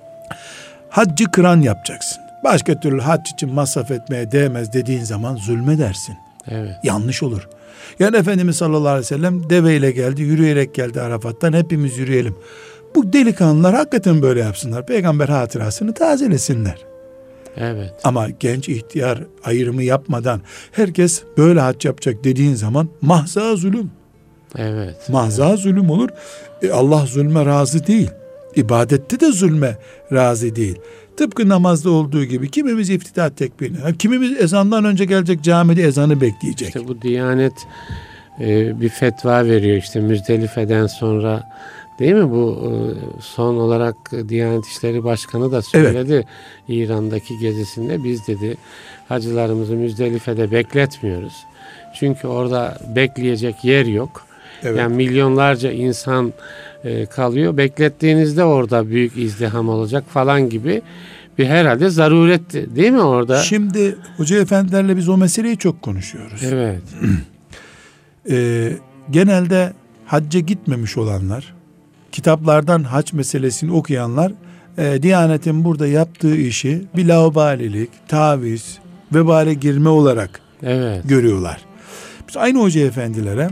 haccı kıran yapacaksın. Başka türlü hac için masraf etmeye değmez dediğin zaman zulmedersin. Evet. Yanlış olur. Yani Efendimiz sallallahu aleyhi ve sellem deveyle geldi, yürüyerek geldi Arafat'tan, hepimiz yürüyelim. Bu delikanlılar hakikaten böyle yapsınlar. Peygamber hatırasını tazelesinler. Evet. Ama genç ihtiyar ayrımı yapmadan herkes böyle hac yapacak dediğin zaman mahza zulüm. Evet. Mahza zulüm olur. Allah zulme razı değil. İbadette de zulme razı değil. Tıpkı namazda olduğu gibi kimimiz iftidat tekbirini, kimimiz ezandan önce gelecek, camide ezanı bekleyecek. İşte bu Diyanet bir fetva veriyor işte Müzdelife'den sonra, değil mi? Bu son olarak Diyanet İşleri Başkanı da söyledi. Evet. İran'daki gezisinde biz dedi hacılarımızı Müzdelife'de bekletmiyoruz. Çünkü orada bekleyecek yer yok. Evet. Yani milyonlarca insan kalıyor. Beklettiğinizde orada büyük izdiham olacak falan gibi bir herhalde zaruret değil mi orada? Şimdi hoca efendilerle biz o meseleyi çok konuşuyoruz. Evet. Genelde hacca gitmemiş olanlar, kitaplardan hac meselesini okuyanlar, Diyanet'in burada yaptığı işi bir laubalilik, taviz, vebale girme olarak görüyorlar. Biz aynı hoca efendilere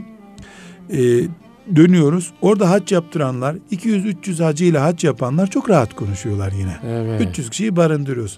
dönüyoruz. Orada hac yaptıranlar, 200-300 hacıyla hac yapanlar çok rahat konuşuyorlar yine. Evet. 300 kişiyi barındırıyoruz.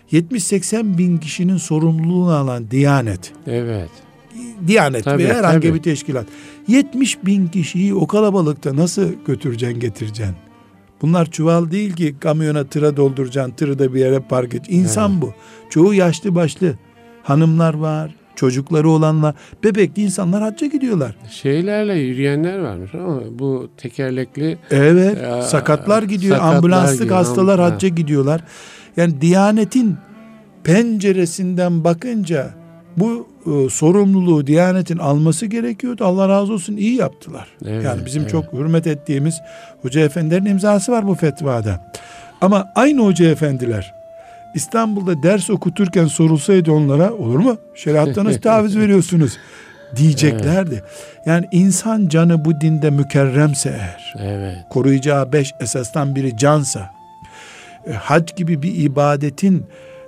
70-80 bin kişinin sorumluluğunu alan Diyanet. Evet. Diyanet Tabii, veya herhangi tabii. bir teşkilat. 70 bin kişiyi o kalabalıkta nasıl götüreceksin, getireceksin? Bunlar çuval değil ki kamyona, tıra dolduracaksın, tırı da bir yere park et. İnsan Evet. bu. Çoğu yaşlı başlı. Hanımlar var, çocukları olanlar, bebekli insanlar hacca gidiyorlar. Şeylerle yürüyenler varmış ama bu tekerlekli Evet, sakatlar gidiyor, sakatlar ambulanslık gidiyor, hastalar ha. hacca gidiyorlar. Yani Diyanet'in penceresinden bakınca bu sorumluluğu Diyanet'in alması gerekiyordu. Allah razı olsun, iyi yaptılar. Evet, Yani bizim evet. çok hürmet ettiğimiz hoca efendilerin imzası var bu fetvada. Ama aynı hoca efendiler İstanbul'da ders okuturken sorulsaydı onlara, olur mu? Şeriattan nasıl taviz veriyorsunuz diyeceklerdi. Yani insan canı bu dinde mükerremse eğer, Evet. koruyacağı 5 esastan biri cansa, hac gibi bir ibadetin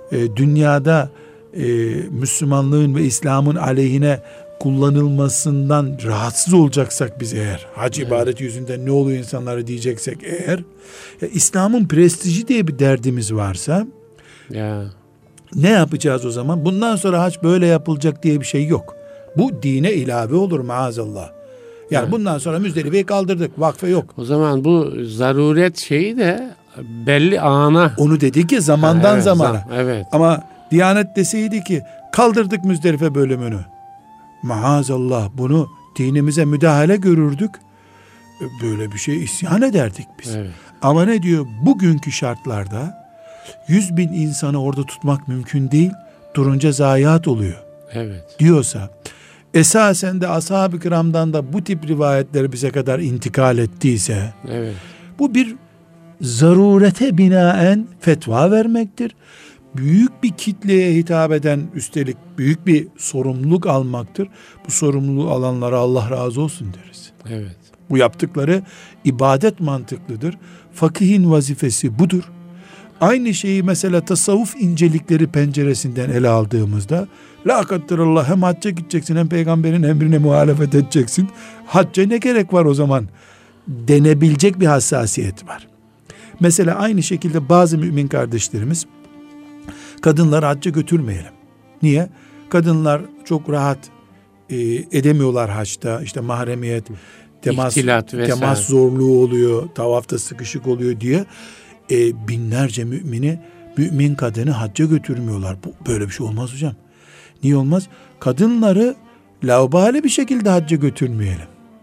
dünyada Müslümanlığın ve İslam'ın aleyhine kullanılmasından rahatsız olacaksak biz eğer, hac ibadeti yüzünden ne oluyor insanlara diyeceksek eğer, İslam'ın prestiji diye bir derdimiz varsa, Ya. ne yapacağız o zaman? Bundan sonra hac böyle yapılacak diye bir şey yok. Bu dine ilave olur maazallah. Yani Evet. bundan sonra Müzdelife'yi kaldırdık, vakfe yok. O zaman bu zaruret şeyi de belli ana. Onu dedik ki zamandan Evet, zamana. evet. Ama Diyanet deseydi ki kaldırdık Müzdelife bölümünü, maazallah bunu dinimize müdahale görürdük. Böyle bir şey isyan ederdik biz. Evet. Ama ne diyor? Bugünkü şartlarda 100 bin insanı orada tutmak mümkün değil. Durunca zayiat oluyor Evet. diyorsa, esasen de ashab-ı kiramdan da bu tip rivayetler bize kadar intikal ettiyse, Evet. bu bir zarurete binaen fetva vermektir. Büyük bir kitleye hitap eden, üstelik büyük bir sorumluluk almaktır. Bu sorumluluğu alanlara Allah razı olsun deriz. Evet. Bu yaptıkları ibadet mantıklıdır. Fakihin vazifesi budur. Aynı şeyi mesela tasavvuf incelikleri penceresinden ele aldığımızda, la kadderallah, hem hacca gideceksin hem peygamberin emrine muhalefet edeceksin. Hacca ne gerek var o zaman denebilecek bir hassasiyet var. Mesela aynı şekilde bazı mümin kardeşlerimiz, kadınları hacca götürmeyelim. Niye? Kadınlar çok rahat edemiyorlar haçta. İşte mahremiyet, İhtilat vesaire. temas zorluğu oluyor, tavafta sıkışık oluyor diye binlerce mümin kadını hacca götürmüyorlar. Böyle bir şey olmaz hocam. Niye olmaz? Kadınları laubali bir şekilde hacca götürmeyelim.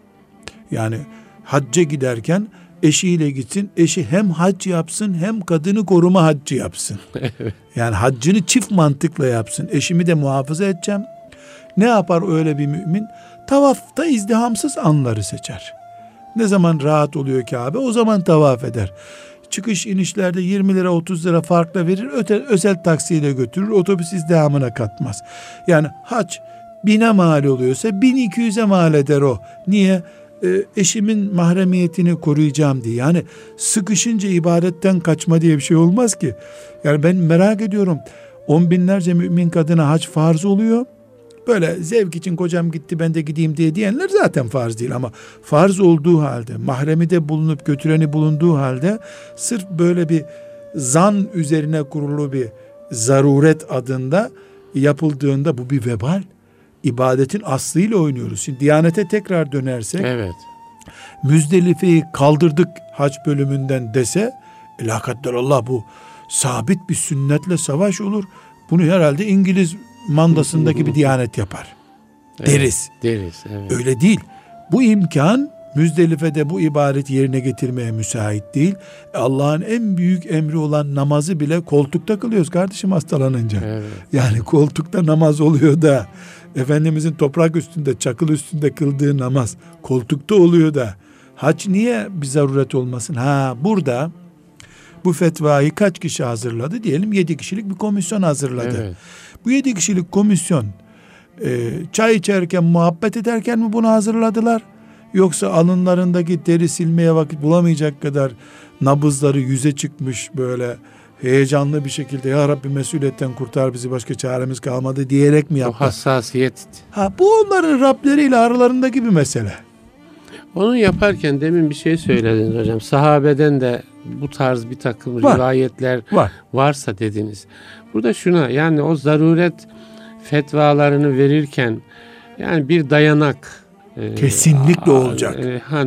Yani hacca giderken eşiyle gitsin, eşi hem hac yapsın hem kadını koruma haccı yapsın. Yani haccını çift mantıkla yapsın. Eşimi de muhafaza edeceğim. Ne yapar öyle bir mümin? Tavafta izdihamsız anları seçer. Ne zaman rahat oluyor Kabe, o zaman tavaf eder. Çıkış inişlerde 20 lira 30 lira farkla verir, özel taksiyle götürür, otobüs izdihamına katmaz. Yani hac 1000'e mal oluyorsa 1200'e mal eder o. Niye? Eşimin mahremiyetini koruyacağım diye. Yani sıkışınca ibadetten kaçma diye bir şey olmaz ki. Yani ben merak ediyorum, 10 binlerce mümin kadına hac farz oluyor. Böyle zevk için kocam gitti ben de gideyim diyenler zaten farz değil, ama farz olduğu halde, mahremi de bulunup götüreni bulunduğu halde, sırf böyle bir zan üzerine kurulu bir zaruret adında yapıldığında bu bir vebal. İbadetin aslıyla oynuyoruz. Şimdi Diyanete tekrar dönersek, Evet. Müzdelife'yi kaldırdık hac bölümünden dese, la kadderallah, bu sabit bir sünnetle savaş olur. Bunu herhalde İngiliz mandasındaki bir Diyanet yapar. Evet, Deriz. Deriz. Evet. Öyle değil. Bu imkan Müzdelife'de bu ibadeti yerine getirmeye müsait değil. Allah'ın en büyük emri olan namazı bile koltukta kılıyoruz kardeşim hastalanınca. Evet. Yani koltukta namaz oluyor da, Efendimizin toprak üstünde, çakıl üstünde kıldığı namaz koltukta oluyor da, Hac niye bir zaruret olmasın? Burada bu fetvayı kaç kişi hazırladı? Diyelim 7 kişilik bir komisyon hazırladı. Evet. Bu 7 kişilik komisyon çay içerken, muhabbet ederken mi bunu hazırladılar? Yoksa alınlarındaki deri silmeye vakit bulamayacak kadar nabızları yüze çıkmış, böyle heyecanlı bir şekilde ya Rabbi mesuliyetten kurtar bizi, başka çaremiz kalmadı diyerek mi O yaptı? hassasiyet. Bu onların Rableriyle aralarındaki bir mesele. Onu yaparken demin bir şey söylediniz hocam. Sahabeden de bu tarz bir takım Var. rivayetler Var. varsa dediniz. Burada şuna, yani o zaruret fetvalarını verirken yani bir dayanak Kesinlikle olacak.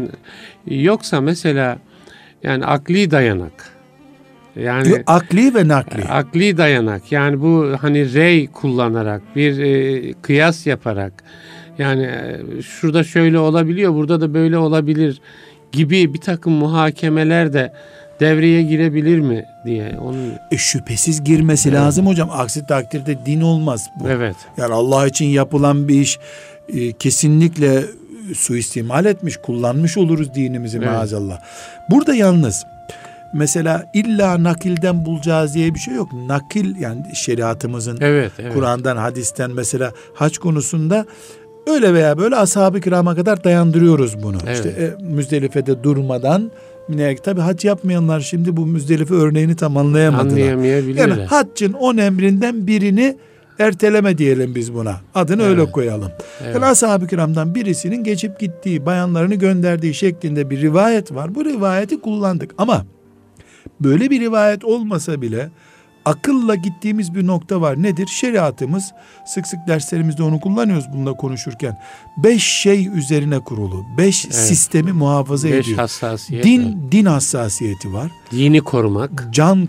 Yoksa mesela yani akli dayanak. Yani Akli ve nakli. akli dayanak. Yani bu hani rey kullanarak bir kıyas yaparak, yani şurada şöyle olabiliyor, burada da böyle olabilir gibi bir takım muhakemeler de devreye girebilir mi diye. Onun Şüphesiz girmesi lazım hocam. Aksi takdirde din olmaz bu. evet. Yani Allah için yapılan bir iş kesinlikle suistimal etmiş, kullanmış oluruz dinimizi maazallah. Burada yalnız mesela illa nakilden bulacağız diye bir şey yok. Nakil, yani şeriatımızın Evet. Kur'an'dan, hadisten, mesela hac konusunda öyle veya böyle ashab-ı kirama kadar dayandırıyoruz bunu. Evet. İşte Müzdelife'de durmadan, tabi hac yapmayanlar şimdi bu Müzdelife örneğini tam anlayamadılar. Anlayamayabilirler. Yani haccın 10 emrinden birini erteleme diyelim biz buna. Adını öyle koyalım. Evet. Yani ashab-ı kiramdan birisinin geçip gittiği, bayanlarını gönderdiği şeklinde bir rivayet var. Bu rivayeti kullandık ama böyle bir rivayet olmasa bile akılla gittiğimiz bir nokta var. Nedir? Şeriatımız, sık sık derslerimizde onu kullanıyoruz bununla konuşurken. 5 şey üzerine kurulu. 5 sistemi muhafaza 5 ediyor. hassasiyet. Din hassasiyeti var. Dini korumak. Can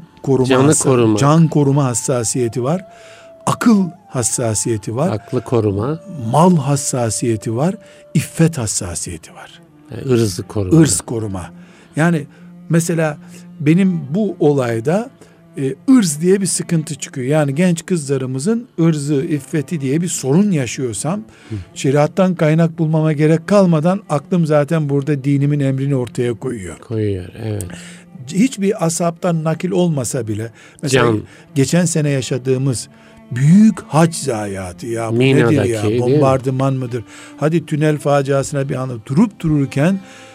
koruma hassasiyeti var. Akıl hassasiyeti var. Aklı koruma. Mal hassasiyeti var. İffet hassasiyeti var. Irzı koruma. Irz koruma. Yani mesela benim bu olayda ırz diye bir sıkıntı çıkıyor. Yani genç kızlarımızın ırzı, iffeti diye bir sorun yaşıyorsam şeriattan kaynak bulmama gerek kalmadan aklım zaten burada dinimin emrini ortaya koyuyor. Evet. Hiçbir ashabtan nakil olmasa bile mesela Can. geçen sene yaşadığımız büyük hac zayiatı ya, bu nedir ya, bombardıman mıdır? Hadi tünel faciasına bir anda durup dururken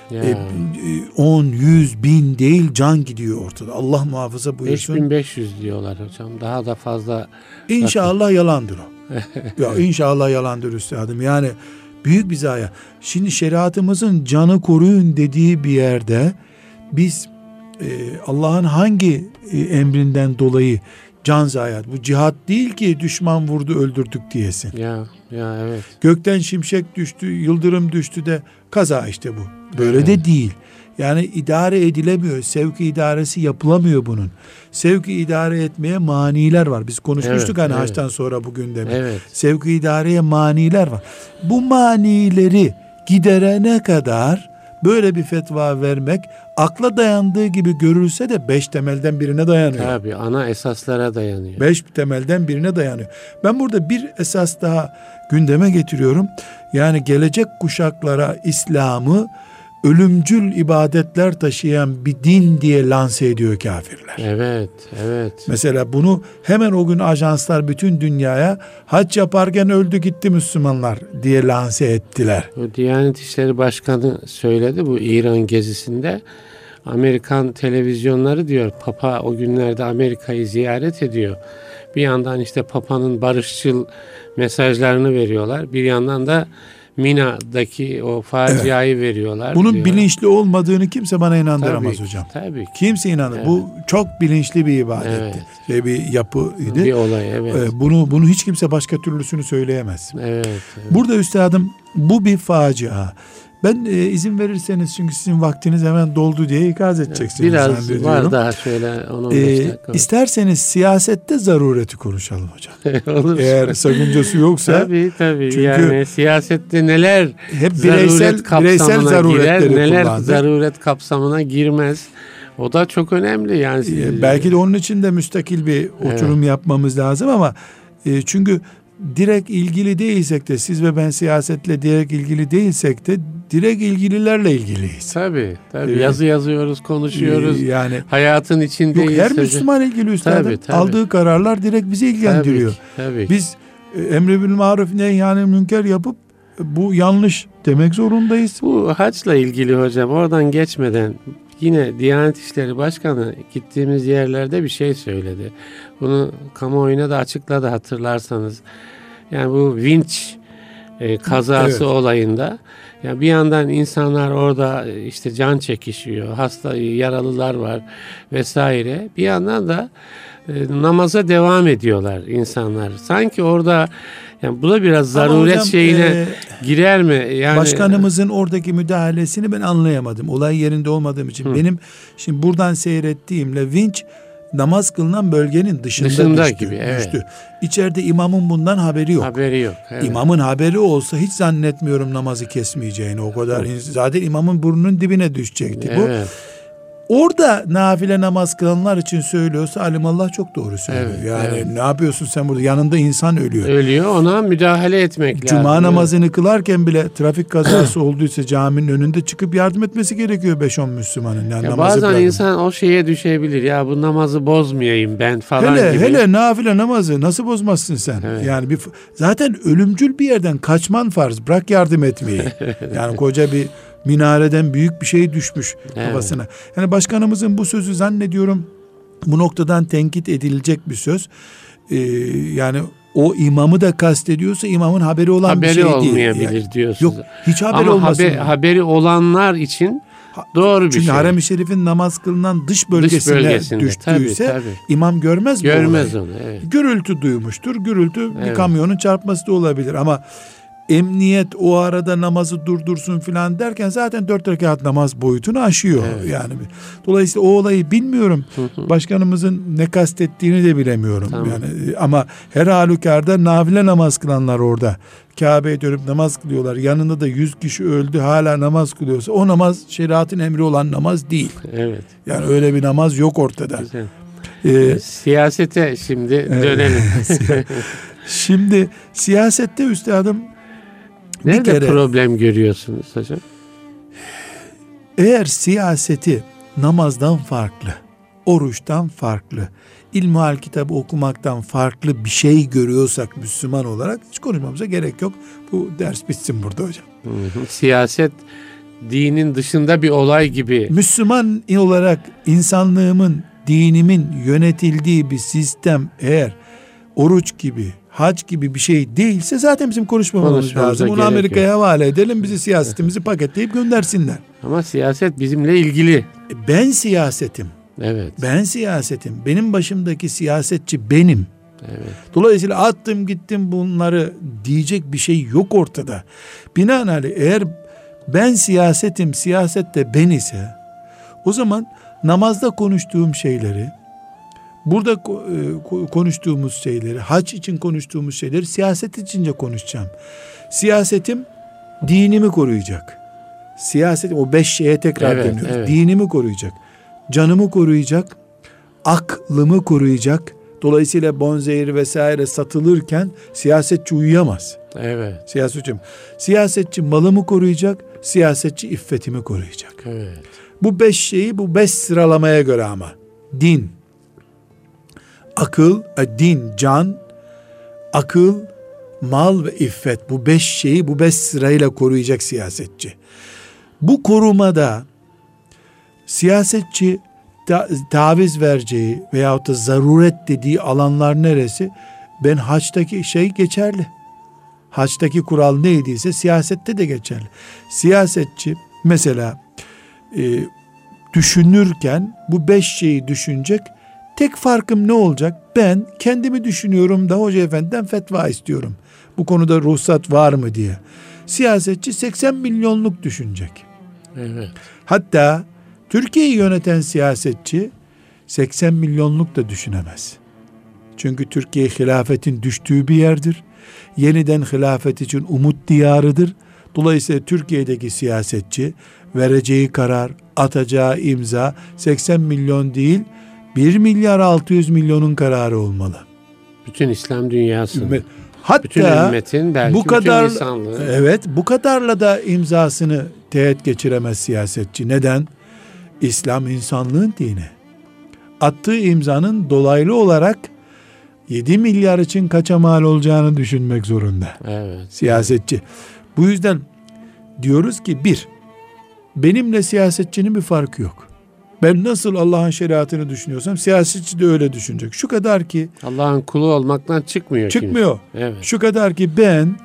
10, 100, 1000 değil can gidiyor ortada. Allah muhafaza buyursun. 5500 diyorlar hocam. Daha da fazla. İnşallah yalandır o. Ya inşallah yalandır üstadım. Yani büyük bir zayiat. Şimdi şeriatımızın canı koruyun dediği bir yerde biz Allah'ın hangi emrinden dolayı can zayiat? Bu cihat değil ki düşman vurdu öldürdük diyesin. Ya evet. Gökten şimşek düştü, yıldırım düştü de kaza işte bu. Böyle de değil. Yani idare edilemiyor. Sevki idaresi yapılamıyor bunun. Sevki idare etmeye maniler var. Biz konuşmuştuk haçtan sonra bugün demek. Evet. Sevki idareye maniler var. Bu manileri giderene kadar böyle bir fetva vermek akla dayandığı gibi görülse de 5 temelden birine dayanıyor. Tabii ana esaslara dayanıyor. 5 temelden birine dayanıyor. Ben burada bir esas daha gündeme getiriyorum. Yani gelecek kuşaklara İslam'ı ölümcül ibadetler taşıyan bir din diye lanse ediyor kafirler. Evet. Mesela bunu hemen o gün ajanslar bütün dünyaya hac yaparken öldü gitti Müslümanlar diye lanse ettiler. Bu Diyanet İşleri Başkanı söyledi bu İran gezisinde. Amerikan televizyonları diyor, Papa o günlerde Amerika'yı ziyaret ediyor. Bir yandan işte Papa'nın barışçıl mesajlarını veriyorlar. Bir yandan da Mina'daki o faciayı veriyorlar. Bunun diyor. Bilinçli olmadığını kimse bana inandıramaz hocam. Tabii ki. Kimse inanır. Evet. Bu çok bilinçli bir ibadetti. Bir yapıydı. Bir olay, evet. Bunu hiç kimse başka türlüsünü söyleyemez. Evet. Burada üstadım bu bir facia. Ben izin verirseniz, çünkü sizin vaktiniz hemen doldu diye ikaz edeceksiniz. Biraz var daha şöyle 10-15 dakika. İsterseniz siyasette zarureti konuşalım hocam. Olur. Eğer sakıncası yoksa. Tabii. Çünkü yani siyasette neler hep bireysel zaruretleri neler kullandık. zaruret kapsamına girmez. O da çok önemli yani. Belki de onun için de müstakil bir oturum yapmamız lazım ama çünkü direkt ilgili değilsek de, siz ve ben siyasetle direkt ilgili değilsek de direkt ilgililerle ilgiliyiz. Tabii. Yazı yazıyoruz, konuşuyoruz. Yani hayatın içindeyiz. yok, her Müslüman ilgili üstadım. Tabii. Aldığı kararlar direkt bizi ilgilendiriyor. Tabii. Biz emri bil maruf nehyanı münker yapıp bu yanlış demek zorundayız. Bu haçla ilgili hocam, oradan geçmeden yine Diyanet İşleri Başkanı gittiğimiz yerlerde bir şey söyledi. Bunu kamuoyuna da açıkladı, hatırlarsanız. Yani bu vinç kazası olayında, yani bir yandan insanlar orada işte can çekişiyor, hasta yaralılar var vesaire. Bir yandan da namaza devam ediyorlar insanlar. Sanki orada, yani bu da biraz zaruret hocam, şeyine girer mi? Yani başkanımızın oradaki müdahalesini ben anlayamadım. Olay yerinde olmadığım için. Benim şimdi buradan seyrettiğimle vinç namaz kılınan bölgenin dışında düştü. Gibi, evet. Düştü. İçeride imamın bundan haberi yok. Evet. İmamın haberi olsa hiç zannetmiyorum namazı kesmeyeceğini. O kadar zaten imamın burnunun dibine düşecekti. Evet. Bu orada nafile namaz kılanlar için söylüyorsa alimallah çok doğru söylüyor. Ne yapıyorsun sen burada? Yanında insan ölüyor. Ölüyor, ona müdahale etmek lazım. Cuma namazını kılarken bile trafik kazası olduysa caminin önünde çıkıp yardım etmesi gerekiyor 5-10 Müslümanın. Yani bazen insan o şeye düşebilir. Ya bu namazı bozmayayım ben falan gibi. Hele nafile namazı nasıl bozmazsın sen? Evet. Yani zaten ölümcül bir yerden kaçman farz. Bırak yardım etmeyi. Yani koca bir minareden büyük bir şey düşmüş kafasına. Yani başkanımızın bu sözü zannediyorum bu noktadan tenkit edilecek bir söz. Yani o imamı da kastediyorsa imamın haberi olan bir şey değil. Haberi olmayabilir diyorsunuz. Yok, hiç haberi olmasın. Ama haberi olanlar için doğru bir şey. Çünkü Harem-i Şerif'in namaz kılınan dış bölgesine düştüyse tabii. imam görmez mi? Görmez onu. Evet. Gürültü duymuştur. Gürültü bir kamyonun çarpması da olabilir ama emniyet o arada namazı durdursun filan derken zaten 4 rekat namaz boyutunu aşıyor. Evet. Yani dolayısıyla o olayı bilmiyorum. Başkanımızın ne kastettiğini de bilemiyorum. Tamam. Yani ama her halükarda nafile namaz kılanlar orada Kabe'ye dönüp namaz kılıyorlar. Yanında da 100 kişi öldü, hala namaz kılıyorsa o namaz şeriatın emri olan namaz değil. Evet. Yani öyle bir namaz yok ortada. Güzel. Siyasete şimdi dönelim. Şimdi siyasette üstadım nerede problem görüyorsunuz hocam? Eğer siyaseti namazdan farklı, oruçtan farklı, ilmihal kitabı okumaktan farklı bir şey görüyorsak Müslüman olarak hiç konuşmamıza gerek yok. Bu ders bitsin burada hocam. Siyaset dinin dışında bir olay gibi. Müslüman olarak insanlığımın, dinimin yönetildiği bir sistem eğer oruç gibi, hac gibi bir şey değilse zaten bizim konuşmamamız lazım. Onu Amerika'ya havale edelim, bizi siyasetimizi paketleyip göndersinler. Ama siyaset bizimle ilgili. Ben siyasetim. Evet. Ben siyasetim. Benim başımdaki siyasetçi benim. Evet. Dolayısıyla attım gittim bunları diyecek bir şey yok ortada. Binaenaleyh eğer ben siyasetim, siyaset de ben ise o zaman namazda konuştuğum şeyleri, burada konuştuğumuz şeyleri, hac için konuştuğumuz şeyleri siyaset içince konuşacağım. Siyasetim dinimi koruyacak. Siyasetim o 5 şeye tekrar dönüyoruz. Evet. Dinimi koruyacak. Canımı koruyacak. Aklımı koruyacak. Dolayısıyla bonzehir vesaire satılırken siyasetçi uyuyamaz. Evet. Siyasetçi malımı koruyacak. Siyasetçi iffetimi koruyacak. Evet. Bu 5 şeyi bu 5 sıralamaya göre ama. Din, akıl, can, akıl, mal ve iffet. Bu 5 şeyi bu 5 sırayla koruyacak siyasetçi. Bu korumada siyasetçi taviz vereceği veyahut da zaruret dediği alanlar neresi? Ben haçtaki şey geçerli. Haçtaki kural neydiyse siyasette de geçerli. Siyasetçi mesela düşünürken bu 5 şeyi düşünecek. Tek farkım ne olacak? Ben kendimi düşünüyorum da hoca efendiden fetva istiyorum. Bu konuda ruhsat var mı diye. Siyasetçi 80 milyonluk düşünecek. Evet. Hatta Türkiye'yi yöneten siyasetçi 80 milyonluk da düşünemez. Çünkü Türkiye hilafetin düştüğü bir yerdir. Yeniden hilafet için umut diyarıdır. Dolayısıyla Türkiye'deki siyasetçi vereceği karar, atacağı imza 80 milyon değil, 1 milyar 600 milyonun kararı olmalı. Bütün İslam dünyası. Bütün Hatta ümmetin, belki bu bütün kadar, insanlığın. evet, bu kadarla da imzasını teğet geçiremez siyasetçi. Neden? İslam insanlığın dini. Attığı imzanın dolaylı olarak 7 milyar için kaça mal olacağını düşünmek zorunda. Evet. Siyasetçi. Bu yüzden diyoruz ki benimle siyasetçinin bir farkı yok. Ben nasıl Allah'ın şeriatını düşünüyorsam siyasetçi de öyle düşünecek. Şu kadar ki Allah'ın kulu olmaktan çıkmıyor. çıkmıyor. Evet. Şu kadar ki ben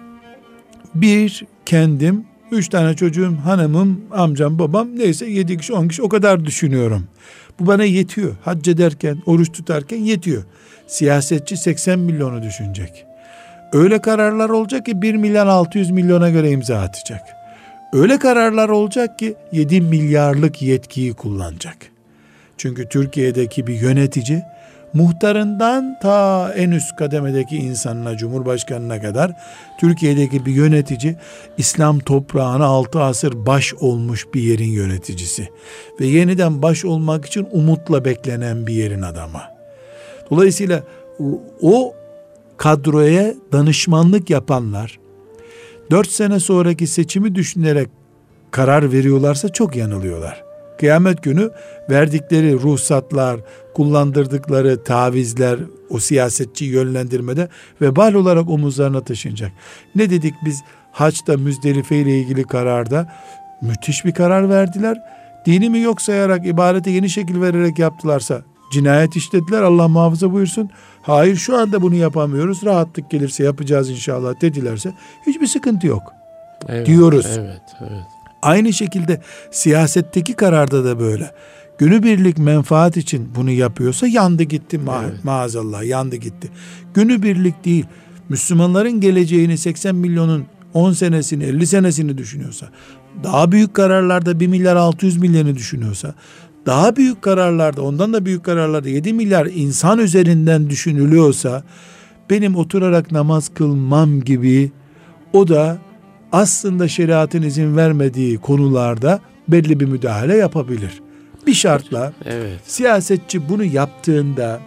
kendim 3 tane çocuğum, hanımım, amcam, babam, neyse 7 kişi 10 kişi, o kadar düşünüyorum. Bu bana yetiyor. Hac ederken, oruç tutarken yetiyor. Siyasetçi 80 milyonu düşünecek. Öyle kararlar olacak ki 1 milyon 600 milyona göre imza atacak. Öyle kararlar olacak ki 7 milyarlık yetkiyi kullanacak. Çünkü Türkiye'deki bir yönetici, muhtarından ta en üst kademedeki insanına, cumhurbaşkanına kadar Türkiye'deki bir yönetici, İslam toprağına 6 asır baş olmuş bir yerin yöneticisi ve yeniden baş olmak için umutla beklenen bir yerin adamı. Dolayısıyla o kadroya danışmanlık yapanlar 4 sene sonraki seçimi düşünerek karar veriyorlarsa çok yanılıyorlar. Kıyamet günü verdikleri ruhsatlar, kullandırdıkları tavizler o siyasetçi yönlendirmede vebal olarak omuzlarına taşınacak. Ne dedik biz Haç'ta, Müzdelife ile ilgili kararda? Müthiş bir karar verdiler. Dinimi yok sayarak, ibadete yeni şekil vererek yaptılarsa cinayet işlediler, Allah muhafaza buyursun. Hayır, şu anda bunu yapamıyoruz, rahatlık gelirse yapacağız inşallah dedilerse hiçbir sıkıntı yok. Evet, diyoruz. Evet. Aynı şekilde siyasetteki kararda da böyle. Günübirlik menfaat için bunu yapıyorsa yandı gitti maazallah, yandı gitti. Günübirlik değil, Müslümanların geleceğini, 80 milyonun 10 senesini, 50 senesini düşünüyorsa, daha büyük kararlarda 1 milyar 600 milyonu düşünüyorsa, daha büyük kararlarda, ondan da büyük kararlarda 7 milyar insan üzerinden düşünülüyorsa, benim oturarak namaz kılmam gibi, o da aslında şeriatın izin vermediği konularda belli bir müdahale yapabilir. Bir şartla, siyasetçi bunu yaptığında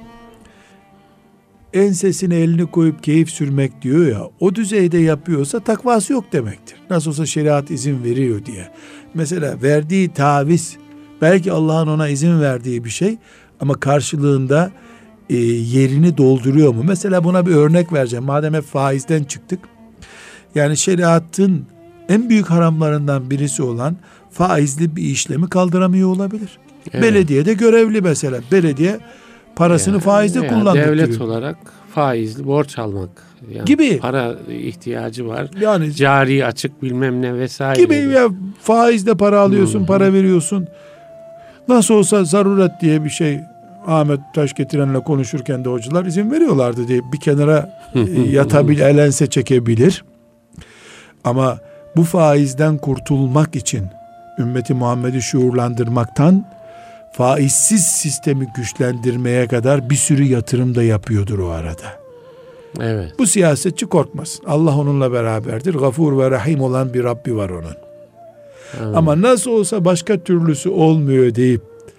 ensesine elini koyup keyif sürmek diyor ya, o düzeyde yapıyorsa takvası yok demektir. Nasıl olsa şeriat izin veriyor diye. Mesela verdiği taviz, belki Allah'ın ona izin verdiği bir şey ama karşılığında yerini dolduruyor mu? Mesela buna bir örnek vereceğim. Madem hep faizden çıktık. Yani şeriatın en büyük haramlarından birisi olan faizli bir işlemi kaldıramıyor olabilir. Evet. Belediyede görevli mesela. Belediye parasını faizle kullandırıyor. Devlet olarak faizli borç almak. Yani gibi. Para ihtiyacı var. Yani cari açık bilmem ne vesaire. Gibi ya, faizle para alıyorsun, para veriyorsun. Nasıl olsa zaruret diye bir şey, Ahmet Taşgetiren'le konuşurken de hocalar izin veriyorlardı diye bir kenara elense çekebilir. Ama bu faizden kurtulmak için ümmeti Muhammed'i şuurlandırmaktan faizsiz sistemi güçlendirmeye kadar bir sürü yatırım da yapıyordur o arada. Evet. Bu siyasetçi korkmasın. Allah onunla beraberdir. Gafur ve Rahim olan bir Rabbi var onun. Ama nasıl olsa başka türlüsü olmuyor deyip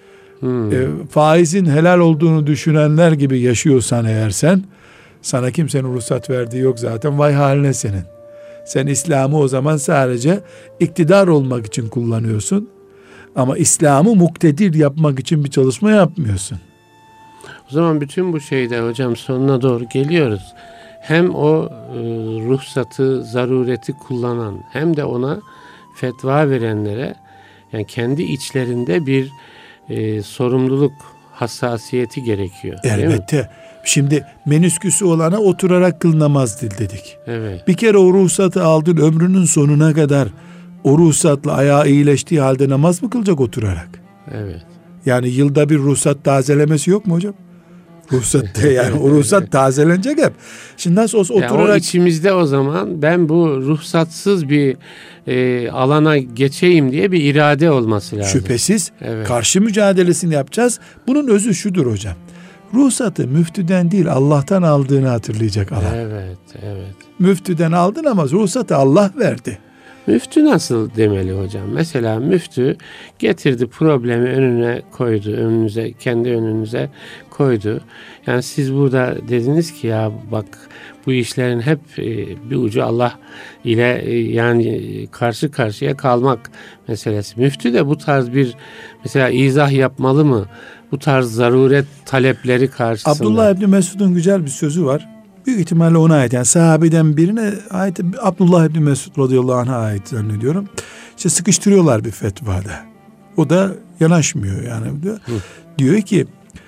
faizin helal olduğunu düşünenler gibi yaşıyorsan eğer sana kimsenin ruhsat verdiği yok zaten, vay haline senin. Sen İslam'ı o zaman sadece iktidar olmak için kullanıyorsun. Ama İslam'ı muktedir yapmak için bir çalışma yapmıyorsun. O zaman bütün bu şeyde hocam sonuna doğru geliyoruz. Hem o ruhsatı, zarureti kullanan hem de ona fetva verenlere yani kendi içlerinde bir sorumluluk hassasiyeti gerekiyor. Elbette. Şimdi menüsküsü olana oturarak kıl namaz dedik. Evet. Bir kere o ruhsatı aldın, ömrünün sonuna kadar o ruhsatla ayağı iyileştiği halde namaz mı kılacak oturarak? Evet. Yani yılda bir ruhsat tazelemesi yok mu hocam? Ruhsat yani o ruhsat tazelenecek hep. Şimdi nasıl olsa oturarak... Yani o içimizde o zaman ben bu ruhsatsız bir alana geçeyim diye bir irade olması lazım. Şüphesiz. Evet. Karşı mücadelesini yapacağız. Bunun özü şudur hocam. Ruhsatı müftüden değil Allah'tan aldığını hatırlayacak adam. Evet. Müftüden aldın ama ruhsatı Allah verdi. Müftü nasıl demeli hocam? Mesela müftü getirdi, problemi önüne koydu, önünüze, kendi önünüze koydu. Yani siz burada dediniz ki ya bak bu işlerin hep bir ucu Allah ile yani karşı karşıya kalmak meselesi. Müftü de bu tarz bir mesela izah yapmalı mı? Bu tarz zaruret talepleri karşısında. Abdullah İbni Mesud'un güzel bir sözü var. Büyük ihtimalle ona ait. Yani sahabeden birine ait, Abdullah İbni Mesud radıyallahu anh'a ait zannediyorum. İşte sıkıştırıyorlar bir fetvada. O da yanaşmıyor yani. Diyor ki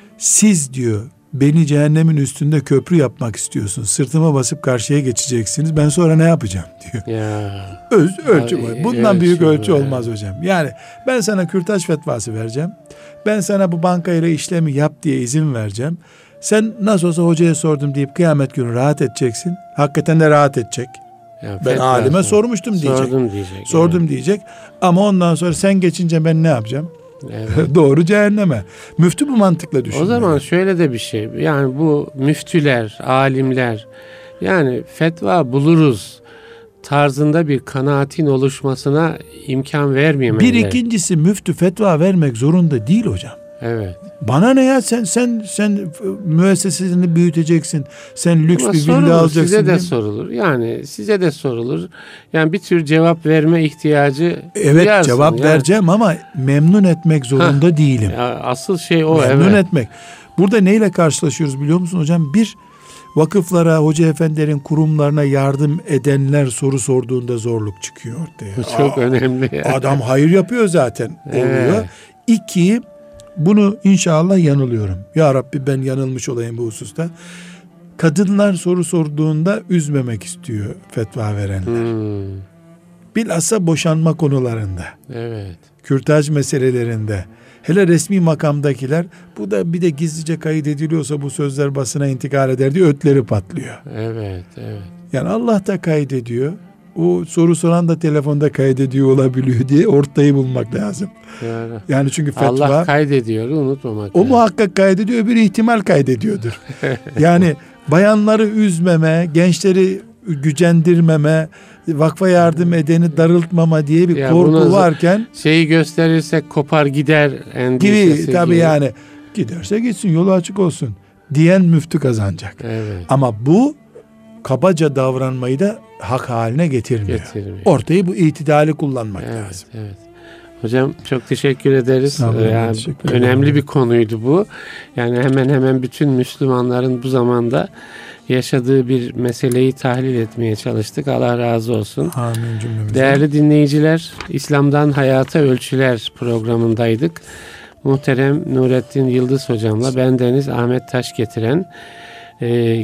siz diyor beni cehennemin üstünde köprü yapmak istiyorsunuz. Sırtıma basıp karşıya geçeceksiniz. Ben sonra ne yapacağım diyor. Ya. Ölçü var. Bundan büyük ölçü var. olmaz hocam. Yani ben sana kürtaj fetvası vereceğim. Ben sana bu bankayla işlemi yap diye izin vereceğim. Sen nasıl olsa hocaya sordum deyip kıyamet günü rahat edeceksin. Hakikaten de rahat edecek. Ya, Ben alime sormuştum diyecek. Sordum evet. diyecek. Ama ondan sonra sen geçince ben ne yapacağım? Evet. Doğru cehenneme. Müftü bu mantıkla düşünüyor. O zaman şöyle de bir şey. Yani bu müftüler, alimler yani fetva buluruz tarzında bir kanaatin oluşmasına imkan vermemeler. Bir ikincisi müftü fetva vermek zorunda değil hocam. Evet. Bana ne ya sen müessesesini büyüteceksin. Sen lüks Ama bir sorulur, villa alacaksın. size de değil mi? sorulur. Yani size de sorulur. Yani bir tür cevap verme ihtiyacı Evet duyarsın. cevap vereceğim ama memnun etmek zorunda değilim. Ya, asıl şey o. Memnun evet. etmek. Burada neyle karşılaşıyoruz biliyor musun hocam? Bir, vakıflara, hoca efendilerin kurumlarına yardım edenler soru sorduğunda zorluk çıkıyor ortaya. Bu çok önemli. Adam hayır yapıyor zaten oluyor. Evet. İki, bunu inşallah yanılıyorum. Ya Rabbi ben yanılmış olayım bu hususta. Kadınlar soru sorduğunda üzmemek istiyor fetva verenler. Bilhassa boşanma konularında. Evet. Kürtaj meselelerinde. Hele resmi makamdakiler bu da bir de gizlice kayıt ediliyorsa bu sözler basına intikal eder diye ötleri patlıyor. Evet. Yani Allah da kaydediyor. O soru soran da telefonda kaydediyor olabiliyor diye ortayı bulmak lazım. Doğru. Yani çünkü fetva Allah kaydediyor, unutmamak o lazım. muhakkak kaydediyor, öbürü ihtimal kaydediyordur. Yani bayanları üzmeme, gençleri gücendirmeme, vakfa yardım edeni darıltmama diye bir Ya korku bunu varken şeyi gösterirsek kopar gider endişesi gibi tabii yani giderse gitsin yolu açık olsun diyen müftü kazanacak. Evet. Ama bu kabaca davranmayı da hak haline getirmiyor. Ortayı bu itidali kullanmak lazım. Evet. Hocam çok teşekkür ederiz. Sağ olun, Yani teşekkür ederim. önemli bir konuydu bu. Yani hemen bütün Müslümanların bu zamanda yaşadığı bir meseleyi tahlil etmeye çalıştık. Allah razı olsun. Amin cümlemize. Değerli dinleyiciler, İslam'dan Hayata Ölçüler programındaydık. Muhterem Nurettin Yıldız hocamla bendeniz Ahmet Taş getiren